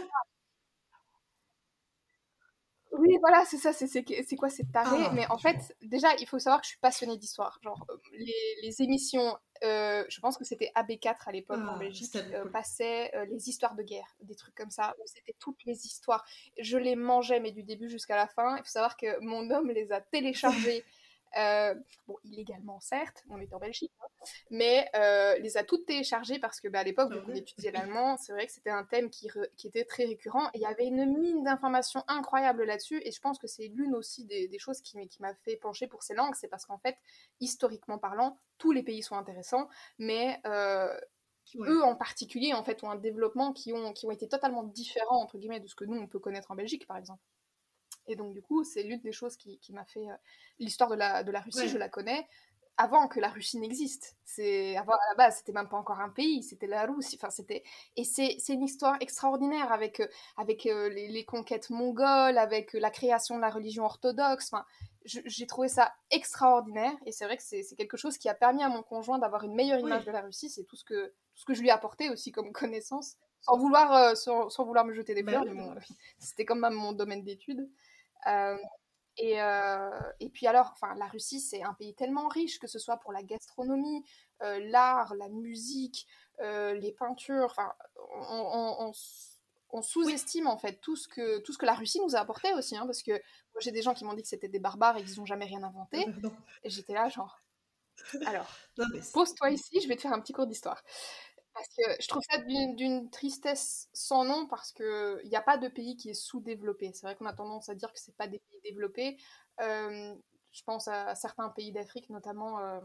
Oui, voilà, c'est ça, c'est c'est que- c'est quoi, c'est taré. Ah, Mais en franchement. fait, déjà, il faut savoir que je suis passionnée d'histoire. Genre, euh, les, les émissions, euh, je pense que c'était A B quatre à l'époque en Ah, c'était Belgique, tellement euh, cool. passaient euh, les histoires de guerre, des trucs comme ça, où c'était toutes les histoires. Je les mangeais, mais du début jusqu'à la fin. Il faut savoir que mon homme les a téléchargées, euh, bon, illégalement certes, on est en Belgique, hein, mais euh, les a toutes téléchargées parce que bah, à l'époque, vu qu'on Normal. étudiait Oui. l'allemand, c'est vrai que c'était un thème qui, re- qui était très récurrent et il y avait une mine d'informations incroyables là-dessus. Et je pense que c'est l'une aussi des, des choses qui, m- qui m'a fait pencher pour ces langues, c'est parce qu'en fait, historiquement parlant, tous les pays sont intéressants, mais euh, Ouais. eux en particulier en fait ont un développement qui ont, qui ont été totalement différents entre guillemets de ce que nous on peut connaître en Belgique par exemple. Et donc, du coup, c'est l'une des choses qui, qui m'a fait. euh, L'histoire de la, de la Russie, je Ouais. la connais avant que la Russie n'existe. C'est avant à la base, c'était même pas encore un pays, c'était la Russie. Enfin, c'était et c'est c'est une histoire extraordinaire avec euh, avec euh, les, les conquêtes mongoles, avec euh, la création de la religion orthodoxe. Enfin, je- j'ai trouvé ça extraordinaire et c'est vrai que c'est c'est quelque chose qui a permis à mon conjoint d'avoir une meilleure image Oui. de la Russie. C'est tout ce que tout ce que je lui ai apporté aussi comme connaissance, sans vouloir euh, sans, sans vouloir me jeter des Bah fleurs, oui, mais non, bon, non. c'était quand même mon domaine d'études. Euh, et, euh, et puis alors, enfin, la Russie, c'est un pays tellement riche, que ce soit pour la gastronomie, euh, l'art, la musique, euh, les peintures. Enfin, on, on- on s- on Oui. sous-estime en fait tout ce que tout ce que la Russie nous a apporté aussi, hein, parce que moi j'ai des gens qui m'ont dit que c'était des barbares et qu'ils n'ont jamais rien Euh, inventé. non. Et j'étais là genre, alors, Non, mais c'est- pose-toi ici, je vais te faire un petit cours d'histoire. Parce que je trouve ça d'une d'une tristesse sans nom parce qu'il n'y a pas de pays qui est sous-développé. C'est vrai qu'on a tendance à dire que c'est pas des pays développés. Euh, je pense à certains pays d'Afrique, notamment euh,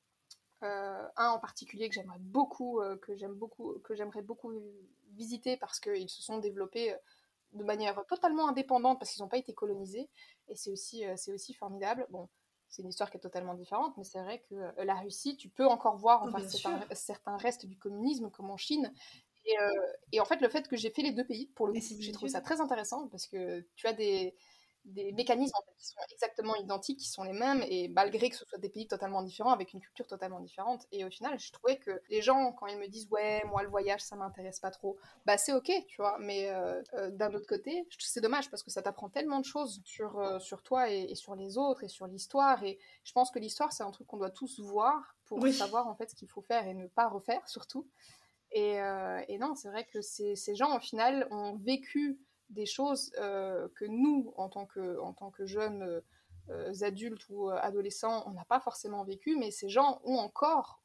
euh, un en particulier que j'aimerais beaucoup, euh, que j'aime beaucoup, que j'aimerais beaucoup visiter parce qu'ils se sont développés euh, de manière totalement indépendante parce qu'ils n'ont pas été colonisés. Et c'est aussi, euh, c'est aussi formidable. Bon, c'est une histoire qui est totalement différente, mais c'est vrai que euh, la Russie, tu peux encore voir oh, enfin, bien sûr. certains, certains restes du communisme, comme en Chine. Et, euh, et en fait, le fait que j'ai fait les deux pays, pour le Des coup, j'ai trouvé ça similitudes. très intéressant parce que tu as des, des mécanismes en fait, qui sont exactement identiques, qui sont les mêmes, et malgré que ce soit des pays totalement différents, avec une culture totalement différente. Et au final, je trouvais que les gens, quand ils me disent ouais, moi le voyage, ça m'intéresse pas trop, bah c'est ok, tu vois. Mais euh, euh, d'un autre côté, c'est dommage parce que ça t'apprend tellement de choses sur, euh, sur toi et, et sur les autres et sur l'histoire. Et je pense que l'histoire, c'est un truc qu'on doit tous voir pour Oui. savoir en fait ce qu'il faut faire et ne pas refaire surtout. Et, euh, et non, c'est vrai que ces, ces gens, au final, ont vécu des choses euh, que nous, en tant que, en tant que jeunes euh, euh, adultes ou euh, adolescents, on n'a pas forcément vécu, mais ces gens ont encore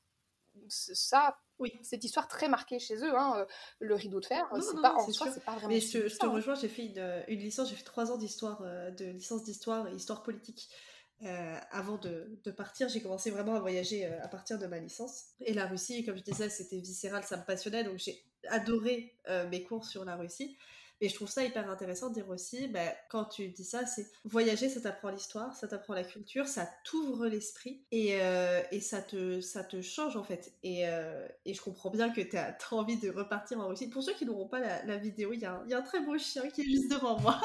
ça, Oui. cette histoire très marquée chez eux. Hein. Le rideau de fer, Non, c'est non, pas non, en c'est soi, sûr. c'est pas vraiment Mais je si te, je te récent. Hein. rejoins, j'ai fait une, une licence, j'ai fait trois ans d'histoire, euh, de licence d'histoire et histoire politique. Euh, avant de, de partir, j'ai commencé vraiment à voyager euh, à partir de ma licence. Et la Russie, comme je disais, c'était viscéral, ça me passionnait, donc j'ai adoré euh, mes cours sur la Russie. Et je trouve ça hyper intéressant de dire aussi, bah, quand tu dis ça, c'est voyager, ça t'apprend l'histoire, ça t'apprend la culture, ça t'ouvre l'esprit et, euh, et ça, te, ça te change en fait. Et, euh, et je comprends bien que tu as envie de repartir en Russie. Pour ceux qui n'auront pas la, la vidéo, il y, a un- il y a un très beau chien qui est juste devant moi.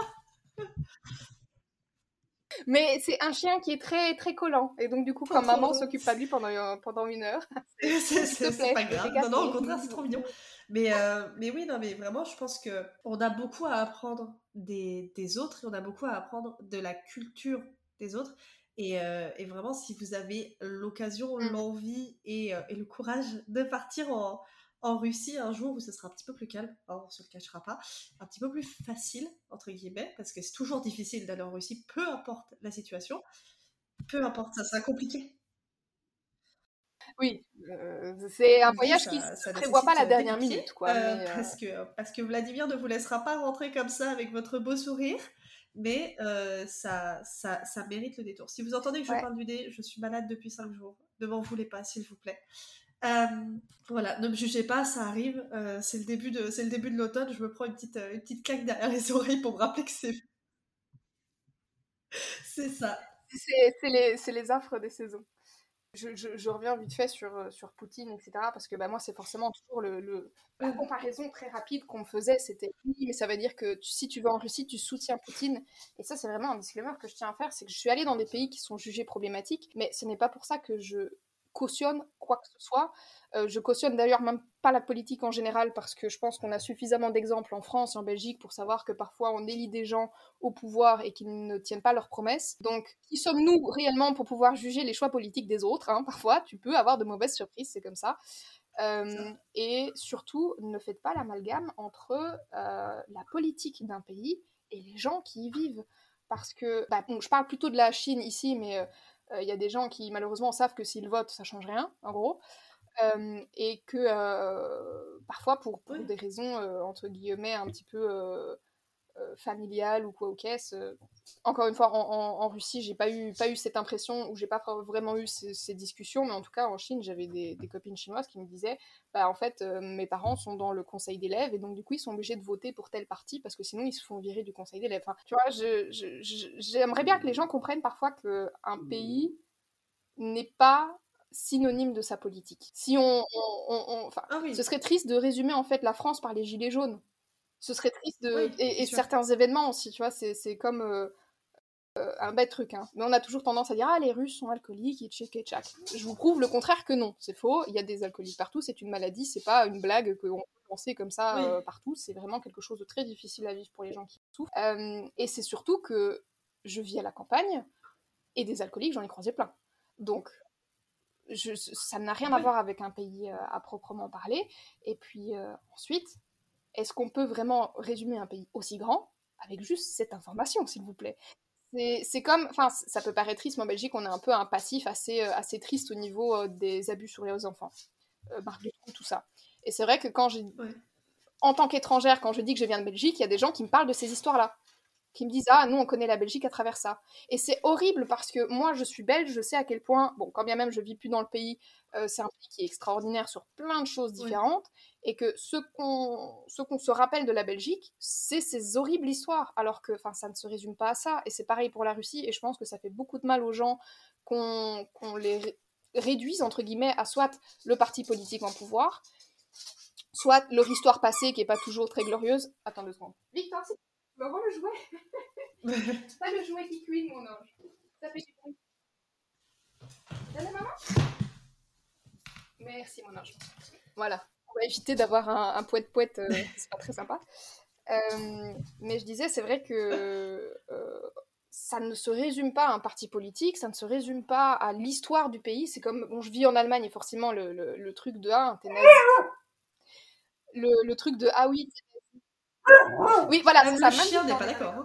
Mais c'est un chien qui est très très collant. Et donc, du coup, Pas quand trop maman long. s'occupe pas de lui pendant, euh, pendant une heure, c'est c'est s'il te c'est- c'est plaît, pas je peux grave. Non, non, au t'agacer. contraire, c'est trop mignon. Mais, euh, mais oui, non, mais vraiment, je pense que on a beaucoup à apprendre des, des autres et on a beaucoup à apprendre de la culture des autres. Et, euh, et vraiment, si vous avez l'occasion, Mm. l'envie et, euh, et le courage de partir en, en Russie un jour où ce sera un petit peu plus calme, hein, on se le cachera pas, un petit peu plus facile, entre guillemets, parce que c'est toujours difficile d'aller en Russie, peu importe la situation, peu importe, ça sera compliqué. Oui, euh, c'est un Oui, voyage qui ça, se ça prévoit pas à nécessite la euh, des dernière bons pieds, minute, quoi. euh, Mais euh, parce, que, parce que Vladimir ne vous laissera pas rentrer comme ça avec votre beau sourire, mais euh, ça, ça, ça mérite le détour. Si vous entendez que je ouais. parle du nez, je suis malade depuis cinq jours. ne m'en voulez pas, s'il vous plaît. Euh, voilà, ne me jugez pas, ça arrive. Euh, c'est le début de, c'est le début de l'automne. Je me prends une petite, euh, une petite claque derrière les oreilles pour me rappeler que c'est, c'est ça. C'est c'est les, c'est les affres des saisons. Je, je- je reviens vite fait sur, euh, sur Poutine, et cetera. Parce que bah, moi, c'est forcément toujours le, le- la Euh, comparaison très rapide qu'on me faisait. C'était oui, mais ça veut dire que tu- si tu vas en Russie, tu soutiens Poutine. Et ça, c'est vraiment un disclaimer que je tiens à faire. C'est que je suis allée dans des pays qui sont jugés problématiques, mais ce n'est pas pour ça que je cautionne quoi que ce soit. Euh, je cautionne d'ailleurs même pas la politique en général parce que je pense qu'on a suffisamment d'exemples en France et en Belgique pour savoir que parfois on élit des gens au pouvoir et qu'ils ne tiennent pas leurs promesses. Donc, qui sommes-nous réellement pour pouvoir juger les choix politiques des autres, hein? Parfois, tu peux avoir de mauvaises surprises, c'est comme ça. Euh, ça. et surtout, ne faites pas l'amalgame entre euh, la politique d'un pays et les gens qui y vivent. Parce que, bah, bon, je parle plutôt de la Chine ici, mais euh, il y a des gens qui malheureusement savent que s'ils votent, ça change rien, en gros. Euh, et que euh, parfois, pour, pour Oui. des raisons, euh, entre guillemets, un petit peu euh, euh, familiale ou quoi au caisse. Euh, encore une fois, en, en, en Russie, j'ai pas eu, pas eu cette impression, ou j'ai pas vraiment eu ces, ces discussions, mais en tout cas, en Chine, j'avais des, des copines chinoises qui me disaient, bah en fait, euh, mes parents sont dans le conseil d'élèves, et donc du coup, ils sont obligés de voter pour tel parti, parce que sinon, ils se font virer du conseil d'élèves. Enfin, tu vois, je, je, je, j'aimerais bien que les gens comprennent parfois qu'un pays n'est pas synonyme de sa politique. Si on, on, on, on enfin, Ah ce oui, serait triste de résumer en fait la France par les gilets jaunes. Ce serait triste de oui, et, c'est et sûr. certains événements aussi, tu vois, c'est c'est comme euh, euh, un bête truc, hein. Mais on a toujours tendance à dire ah les Russes sont alcooliques et tchic et tchac. Je vous prouve le contraire que non, c'est faux. Il y a des alcooliques partout, c'est une maladie, c'est pas une blague qu'on peut lancer comme ça Oui, euh, partout. C'est vraiment quelque chose de très difficile à vivre pour les gens qui souffrent. Euh, et c'est surtout que je vis à la campagne et des alcooliques j'en ai croisé plein. Donc je, ça n'a rien à oui. voir avec un pays euh, à proprement parler. Et puis euh, ensuite, est-ce qu'on peut vraiment résumer un pays aussi grand avec juste cette information, s'il vous plaît? C'est c'est comme, enfin, ça peut paraître triste, mais en Belgique, on a un peu un passif assez, euh, assez triste au niveau euh, des abus sur les enfants, euh, Marc Dutroux, tout ça. Et c'est vrai que quand j'ai, Oui. en tant qu'étrangère, quand je dis que je viens de Belgique, il y a des gens qui me parlent de ces histoires-là, qui me disent ah nous on connaît la Belgique à travers ça. Et c'est horrible parce que moi je suis belge, je sais à quel point, bon quand bien même je vis plus dans le pays, euh, c'est un pays qui est extraordinaire sur plein de choses Oui. différentes et que ce qu'on ce qu'on se rappelle de la Belgique, c'est ces horribles histoires alors que enfin ça ne se résume pas à ça et c'est pareil pour la Russie et je pense que ça fait beaucoup de mal aux gens qu'on qu'on les ré- réduise entre guillemets à soit le parti politique en pouvoir, soit leur histoire passée qui est pas toujours très glorieuse. Attends deux secondes. Victor, tu vas voir le jouet. Pas le jouet qui cuit, mon ange. Ça fait du bruit. Donne à maman. Merci, mon ange. Voilà. On va éviter d'avoir un, un poète-poète, euh, c'est pas très sympa. Euh, mais je disais, c'est vrai que euh, ça ne se résume pas à un parti politique, ça ne se résume pas à l'histoire du pays. C'est comme, bon, je vis en Allemagne et forcément le, le, le truc de ah, t'es nazi. Le, le truc de ah oui, oui, voilà, c'est Même ça. le Même chien n'est Victor pas n'est pas d'accord. d'accord. Hein.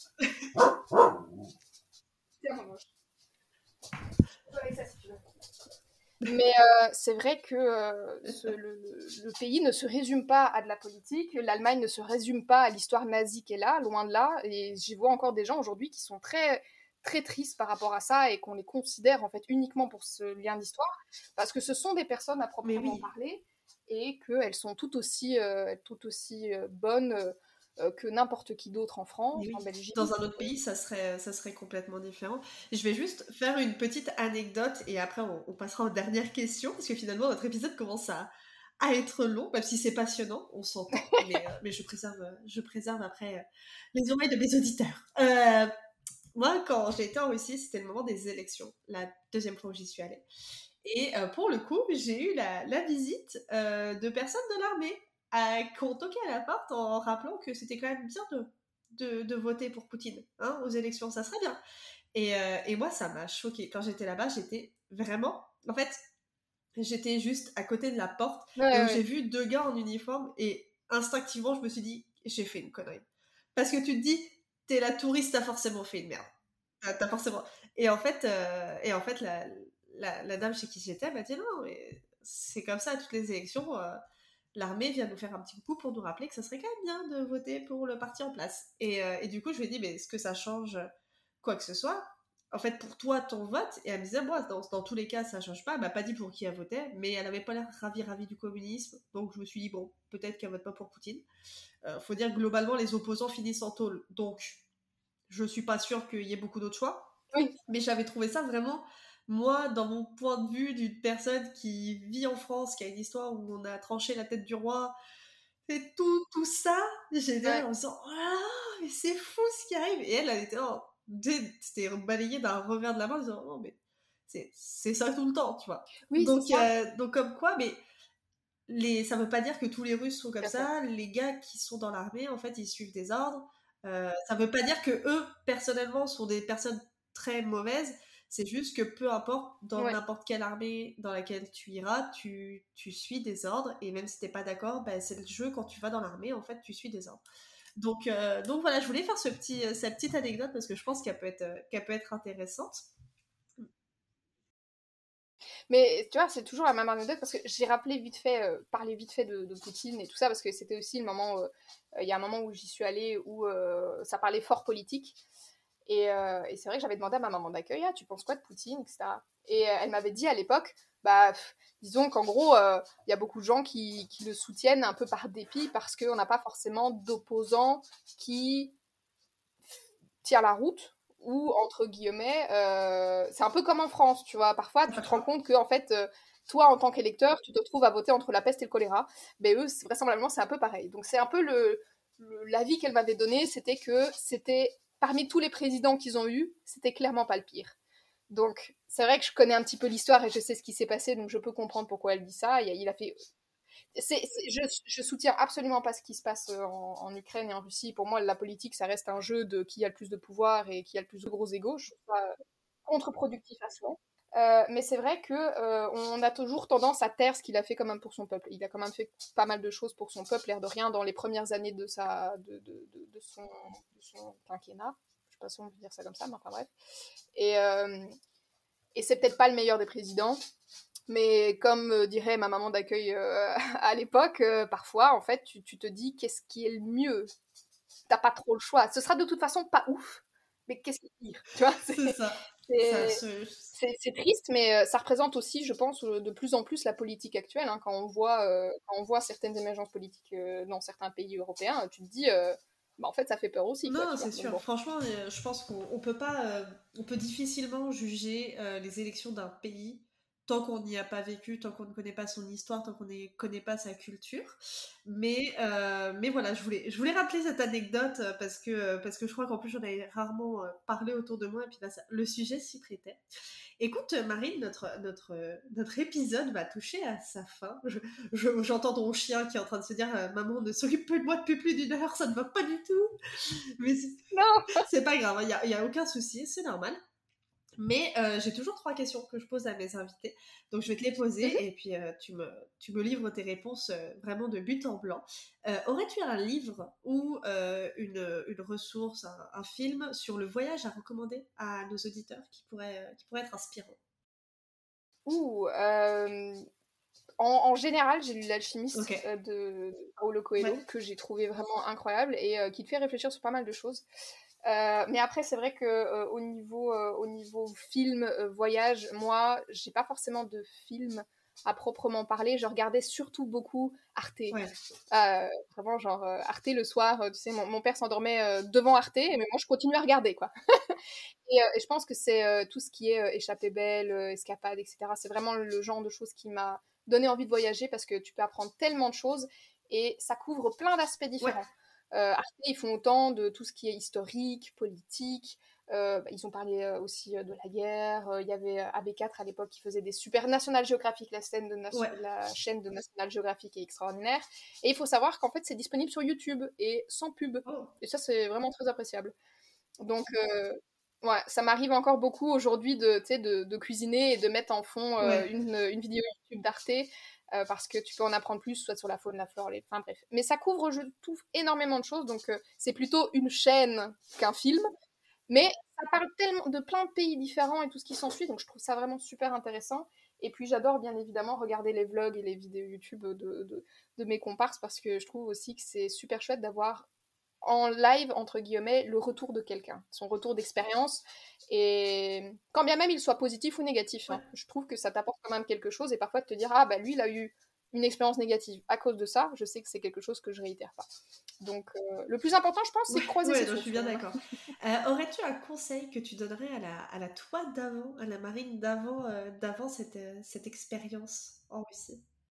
Tiens, mon ange. Avec ça, si tu veux. Mais euh, c'est vrai que euh, ce, le, le, pays ne se résume pas à de la politique, l'Allemagne ne se résume pas à l'histoire nazie qu'elle a, loin de là, et j'y vois encore des gens aujourd'hui qui sont très très tristes par rapport à ça et qu'on les considère en fait uniquement pour ce lien d'histoire, parce que ce sont des personnes à Mais proprement oui. parler et qu'elles sont tout aussi, euh, tout aussi euh, bonnes euh, que n'importe qui d'autre en France, Mais en oui. Belgique. Dans un autre pays, ça serait, ça serait complètement différent. Je vais juste faire une petite anecdote et après on, on passera aux dernières questions parce que finalement notre épisode commence à, à être long, même si c'est passionnant, on s'entend, mais, euh, mais je, préserve, je préserve après euh, les oreilles de mes auditeurs. Euh, moi, quand j'étais en Russie, c'était le moment des élections, la deuxième fois où j'y suis allée. Et euh, pour le coup, j'ai eu la, la visite euh, de personnes de l'armée euh, qui ont toqué à la porte en rappelant que c'était quand même bien de, de, de voter pour Poutine hein, aux élections, ça serait bien. Et, euh, et moi, ça m'a choquée. Quand j'étais là-bas, j'étais vraiment... En fait, j'étais juste à côté de la porte Ouais, et ouais, où j'ai ouais. vu deux gars en uniforme et instinctivement, je me suis dit, j'ai fait une connerie. Parce que tu te dis, t'es la touriste, t'as forcément fait une merde. T'as, t'as forcément... Et en fait, euh, et en fait la, la, la dame chez qui j'étais m'a dit, non, mais c'est comme ça à toutes les élections. Euh, l'armée vient nous faire un petit coucou pour nous rappeler que ça serait quand même bien de voter pour le parti en place. Et, euh, et du coup, je lui ai dit, mais est-ce que ça change quoi que ce soit? en fait, pour toi, ton vote. Et elle me disait, moi, dans, dans tous les cas, ça change pas. Elle m'a pas dit pour qui elle votait, mais elle avait pas l'air ravie, ravie du communisme. Donc, je me suis dit, bon, peut-être qu'elle vote pas pour Poutine. Euh, faut dire que globalement, les opposants finissent en tôle. Donc, je suis pas sûre qu'il y ait beaucoup d'autres choix. Oui. Mais j'avais trouvé ça vraiment, moi, dans mon point de vue d'une personne qui vit en France, qui a une histoire où on a tranché la tête du roi, et tout, tout ça, j'étais Ouais. là en me disant, oh là là, mais c'est fou ce qui arrive. Et elle, elle était, oh, c'était balayé d'un revers de la main en disant, non, mais c'est, c'est ça tout le temps, tu vois. Oui, Donc, c'est ça. euh, donc comme quoi, mais les, ça veut pas dire que tous les Russes sont comme Tout à fait. ça. Les gars qui sont dans l'armée, en fait, ils suivent des ordres. Euh, ça veut pas dire que eux, personnellement, sont des personnes très mauvaises. C'est juste que peu importe, dans Ouais. n'importe quelle armée dans laquelle tu iras, tu, tu suis des ordres. Et même si t'es pas d'accord, ben, c'est le jeu. Quand tu vas dans l'armée, en fait, tu suis des ordres. Donc, euh, donc voilà, je voulais faire ce petit, euh, cette petite anecdote parce que je pense qu'elle peut être, euh, qu'elle peut être intéressante. Mais tu vois, c'est toujours la même anecdote parce que j'ai rappelé vite fait, euh, parlé vite fait de, de Poutine et tout ça parce que c'était aussi le moment, euh, il y a un moment où j'y suis allée où euh, ça parlait fort politique. Et, euh, et c'est vrai que j'avais demandé à ma maman d'accueil, ah, tu penses quoi de Poutine, et cetera. Et euh, elle m'avait dit à l'époque, bah, pff, disons qu'en gros, il euh, y a beaucoup de gens qui, qui le soutiennent un peu par dépit parce qu'on n'a pas forcément d'opposants qui tirent la route ou, entre guillemets, euh, c'est un peu comme en France, tu vois. Parfois, tu te rends compte que, en fait, euh, toi, en tant qu'électeur, tu te retrouves à voter entre la peste et le choléra. Mais eux, vraisemblablement, c'est un peu pareil. Donc, c'est un peu le, le l'avis qu'elle m'avait donné, c'était que c'était parmi tous les présidents qu'ils ont eus, c'était clairement pas le pire. Donc, c'est vrai que je connais un petit peu l'histoire et je sais ce qui s'est passé, donc je peux comprendre pourquoi elle dit ça. Il a fait. C'est, c'est, je, je soutiens absolument pas ce qui se passe en, en Ukraine et en Russie. Pour moi, la politique, ça reste un jeu de qui a le plus de pouvoir et qui a le plus de gros égos. Je trouve ça contre-productif à soi. Euh, mais c'est vrai que euh, on a toujours tendance à taire ce qu'il a fait quand même pour son peuple. Il a quand même fait pas mal de choses pour son peuple, l'air de rien, dans les premières années de, sa, de, de, de, de, son, de son quinquennat. Je sais pas si on peut dire ça comme ça, mais enfin bref. Et, euh, et c'est peut-être pas le meilleur des présidents, mais comme euh, dirait ma maman d'accueil euh, à l'époque, euh, parfois, en fait, tu, tu te dis qu'est-ce qui est le mieux. T'as pas trop le choix. Ce sera de toute façon pas ouf, mais qu'est-ce qui est pire, tu vois, c'est, C'est ça. ça c'est, se... c'est, c'est triste, mais euh, ça représente aussi, je pense, euh, de plus en plus la politique actuelle. Hein. Quand, on voit, euh, quand on voit certaines émergences politiques euh, dans certains pays européens, tu te dis, euh, bah, en fait, ça fait peur aussi. Quoi, Non, tu vois. c'est Donc, sûr. bon. Franchement, euh, je pense qu'on on peut pas, euh, on peut difficilement juger euh, les élections d'un pays tant qu'on n'y a pas vécu, tant qu'on ne connaît pas son histoire, tant qu'on ne connaît pas sa culture. Mais, euh, mais voilà, je voulais, je voulais rappeler cette anecdote euh, parce que, euh, parce que je crois qu'en plus j'en avais rarement euh, parlé autour de moi et puis là, ça- le sujet s'y prêtait. Écoute, Marine, notre, notre, notre épisode va toucher à sa fin. Je, je- j'entends ton chien qui est en train de se dire euh, Maman, ne s'occupe plus de moi depuis plus d'une heure, ça ne va pas du tout. Mais c'est, Non. c'est pas grave, il n'y a, y a aucun souci, c'est normal. Mais euh, j'ai toujours trois questions que je pose à mes invités. Donc je vais te les Mhm. poser et puis euh, tu, me, tu me livres tes réponses euh, vraiment de but en blanc. Euh, aurais-tu un livre ou euh, une, une ressource, un, un film sur le voyage à recommander à nos auditeurs qui pourrait, qui pourrait être inspirant? Ouh, euh, En, en général, j'ai lu Ok. L'Alchimiste euh, de Paulo Ouais. Coelho, que j'ai trouvé vraiment incroyable et euh, qui te fait réfléchir sur pas mal de choses. Euh, mais après, c'est vrai que euh, au niveau, euh, au niveau film, euh, voyage, moi, j'ai pas forcément de film à proprement parler. Je regardais surtout beaucoup Arte. Ouais. Euh, vraiment, genre euh, Arte le soir, euh, tu sais, mon, mon père s'endormait euh, devant Arte, mais moi, je continue à regarder, quoi. Et, euh, et je pense que c'est euh, tout ce qui est euh, échappée belle, euh, escapade, et cetera. C'est vraiment le genre de choses qui m'a donné envie de voyager parce que tu peux apprendre tellement de choses et ça couvre plein d'aspects Ouais. différents. Euh, Arte, ils font autant de tout ce qui est historique, politique. Euh, bah, ils ont parlé euh, aussi euh, de la guerre. Euh, Il y avait euh, A B quatre à l'époque qui faisait des super National Geographic. La, scène de Nation- Ouais. la chaîne de National Geographic est extraordinaire. Et il faut savoir qu'en fait, c'est disponible sur YouTube et sans pub. Oh. Et ça, c'est vraiment très appréciable. Donc, euh, ouais, ça m'arrive encore beaucoup aujourd'hui de, tu sais, de, de cuisiner et de mettre en fond euh, Ouais. une, une vidéo YouTube d'Arte euh, parce que tu peux en apprendre plus, soit sur la faune, la flore, les... enfin bref. Mais ça couvre, je trouve, énormément de choses, donc euh, c'est plutôt une chaîne qu'un film, mais ça parle tellement de plein de pays différents et tout ce qui s'ensuit, donc je trouve ça vraiment super intéressant. Et puis j'adore bien évidemment regarder les vlogs et les vidéos YouTube de, de, de mes comparses parce que je trouve aussi que c'est super chouette d'avoir en live, entre guillemets, le retour de quelqu'un, son retour d'expérience. Et quand bien même il soit positif ou négatif, hein, Ouais. je trouve que ça t'apporte quand même quelque chose. Et parfois de te dire, ah bah lui, il a eu une expérience négative. À cause de ça, je sais que c'est quelque chose que je réitère pas. Donc euh, le plus important, je pense, c'est de croiser Ouais, ses non, je sources. suis bien quand même. d'accord. Euh, aurais-tu un conseil que tu donnerais à la, à la toi d'avant, à la Marine d'avant, euh, d'avant cette, euh, cette expérience en Russie?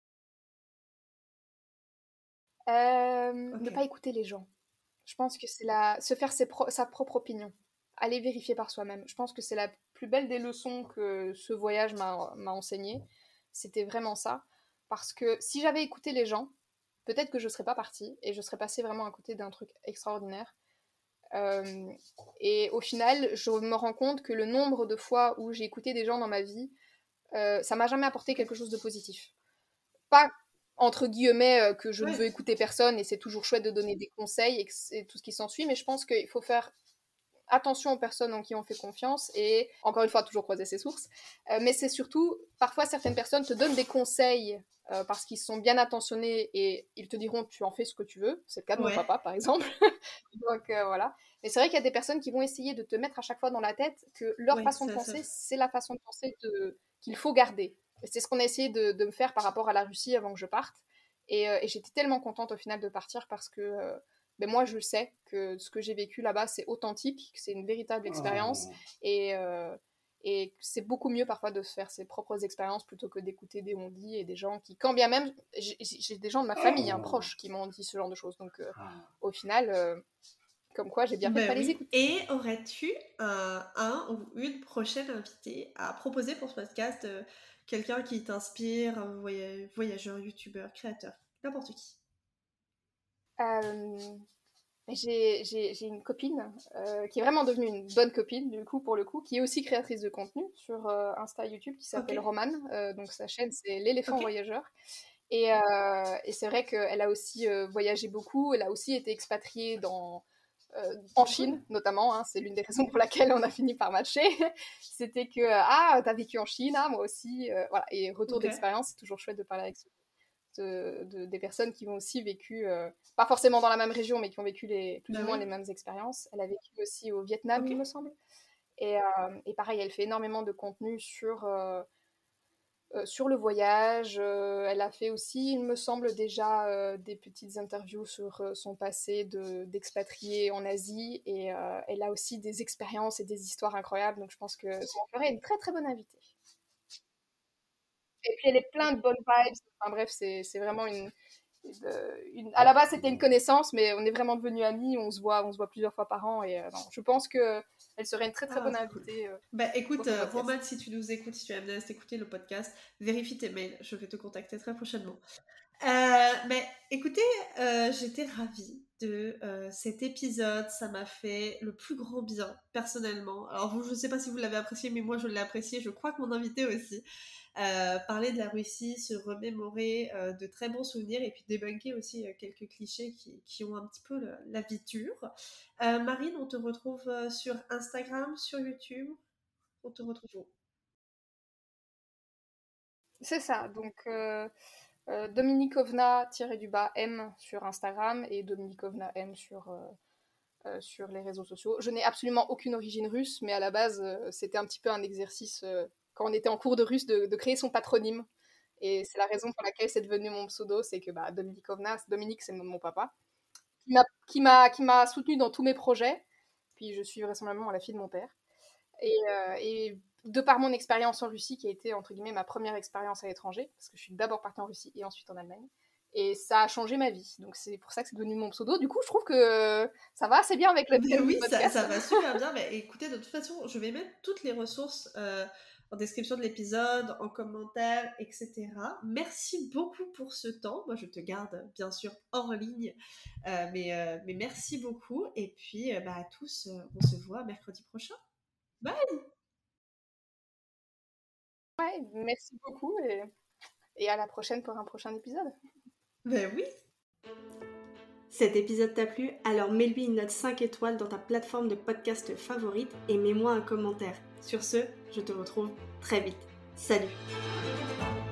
Euh, Ok. ne pas écouter les gens. Je pense que c'est la... se faire ses pro- sa propre opinion. Aller vérifier par soi-même. Je pense que c'est la plus belle des leçons que ce voyage m'a m'a enseigné. C'était vraiment ça. Parce que si j'avais écouté les gens, peut-être que je serais pas partie et je serais passée vraiment à côté d'un truc extraordinaire. Euh, et au final, je me rends compte que le nombre de fois où j'ai écouté des gens dans ma vie, euh, ça m'a jamais apporté quelque chose de positif. Pas entre guillemets euh, que je ne veux Ouais. écouter personne et c'est toujours chouette de donner des conseils et, que c'est tout ce qui s'ensuit, mais je pense qu'il faut faire attention aux personnes en qui on fait confiance et encore une fois toujours croiser ses sources. Euh, mais c'est surtout parfois certaines personnes te donnent des conseils euh, parce qu'ils sont bien attentionnés et ils te diront tu en fais ce que tu veux. C'est le cas de mon Ouais. papa par exemple. Donc euh, voilà. Mais c'est vrai qu'il y a des personnes qui vont essayer de te mettre à chaque fois dans la tête que leur Ouais, façon de ça, ça. penser c'est la façon de penser de... qu'il faut garder. Et c'est ce qu'on a essayé de, de me faire par rapport à la Russie avant que je parte. Et, euh, et j'étais tellement contente au final de partir parce que euh, ben moi je sais que ce que j'ai vécu là-bas c'est authentique, que c'est une véritable expérience Oh. et, euh, et c'est beaucoup mieux parfois de se faire ses propres expériences plutôt que d'écouter des on-dit et des gens qui, quand bien même, j'ai, j'ai des gens de ma famille hein, proches qui m'ont dit ce genre de choses. Donc euh, au final, euh, comme quoi j'ai bien fait de pas Ben les oui. écouter. Et aurais-tu un, un ou une prochaine invitée à proposer pour ce podcast, euh, quelqu'un qui t'inspire, un voya- voyageur, youtubeur, créateur, n'importe qui? Euh, J'ai, j'ai, j'ai une copine euh, qui est vraiment devenue une bonne copine, du coup, pour le coup, qui est aussi créatrice de contenu sur euh, Insta YouTube, qui Ok. s'appelle Romane. Euh, donc sa chaîne, c'est L'éléphant Ok. voyageur. Et, euh, et c'est vrai qu'elle a aussi euh, voyagé beaucoup. Elle a aussi été expatriée dans, euh, en Trop cool. Chine, notamment. Hein, c'est l'une des raisons pour laquelle on a fini par matcher. C'était que, ah, t'as vécu en Chine, ah, moi aussi. Euh, voilà. Et retour Ok. d'expérience, c'est toujours chouette de parler avec de, de- des personnes qui ont aussi vécu, euh, pas forcément dans la même région, mais qui ont vécu les, plus Bah ou moins oui. les mêmes expériences. Elle a vécu aussi au Vietnam, Ok. il me semble. Et, euh, et pareil, elle fait énormément de contenu sur, euh, euh, sur le voyage. Euh, elle a fait aussi, il me semble, déjà euh, des petites interviews sur euh, son passé de, d'expatriée en Asie. Et euh, elle a aussi des expériences et des histoires incroyables. Donc je pense que ça en ferait une très très bonne invitée. Et puis elle est plein de bonnes vibes. Enfin bref, c'est, c'est vraiment une, une, une- À la base, c'était une connaissance, mais on est vraiment devenus amis. On se voit, on se voit plusieurs fois par an. Et euh, non, je pense que elle serait une très très Ah, bonne trop cool. invitée euh, Bah pour écoute, ton euh, podcast. Roman, si tu nous écoutes, si tu aimes bien écouter le podcast, vérifie tes mails. Je vais te contacter très prochainement. Euh, mais écoutez, euh, j'étais ravie de euh, cet épisode. Ça m'a fait le plus grand bien, personnellement. Alors, vous, je ne sais pas si vous l'avez apprécié, mais moi, je l'ai apprécié. Je crois que mon invité aussi. Euh, parler de la Russie, se remémorer euh, de très bons souvenirs et puis débunker aussi euh, quelques clichés qui, qui ont un petit peu le- la vie dure. Euh, Marine, on te retrouve euh, sur Instagram, sur YouTube. On te retrouve où? C'est ça. Donc euh, euh, Dominikovna-du-bas M sur Instagram et Dominikovna M sur, euh, euh, sur les réseaux sociaux. Je n'ai absolument aucune origine russe, mais à la base, euh, c'était un petit peu un exercice euh, quand on était en cours de russe de, de créer son patronyme. Et c'est la raison pour laquelle c'est devenu mon pseudo, c'est que bah, Dominikovna, Dominique, c'est mon, mon papa, qui m'a, qui m'a, qui m'a soutenu dans tous mes projets. Puis je suis vraisemblablement la fille de mon père. Et, euh, et de par mon expérience en Russie, qui a été entre guillemets ma première expérience à l'étranger, parce que je suis d'abord partie en Russie et ensuite en Allemagne, et ça a changé ma vie. Donc c'est pour ça que c'est devenu mon pseudo. Du coup, je trouve que ça va assez bien avec le Ben thème du oui, ça, podcast. ça va super bien. Mais écoutez, de toute façon, je vais mettre toutes les ressources euh, en description de l'épisode, en commentaire, et cetera. Merci beaucoup pour ce temps. Moi, je te garde bien sûr hors ligne, euh, mais, euh, mais merci beaucoup. Et puis, euh, bah, à tous, euh, on se voit mercredi prochain. Bye! Ouais, merci beaucoup et, et à la prochaine pour un prochain épisode. Ben oui! Cet épisode t'a plu? Alors mets-lui une note cinq étoiles dans ta plateforme de podcast favorite et mets-moi un commentaire. Sur ce, je te retrouve très vite. Salut!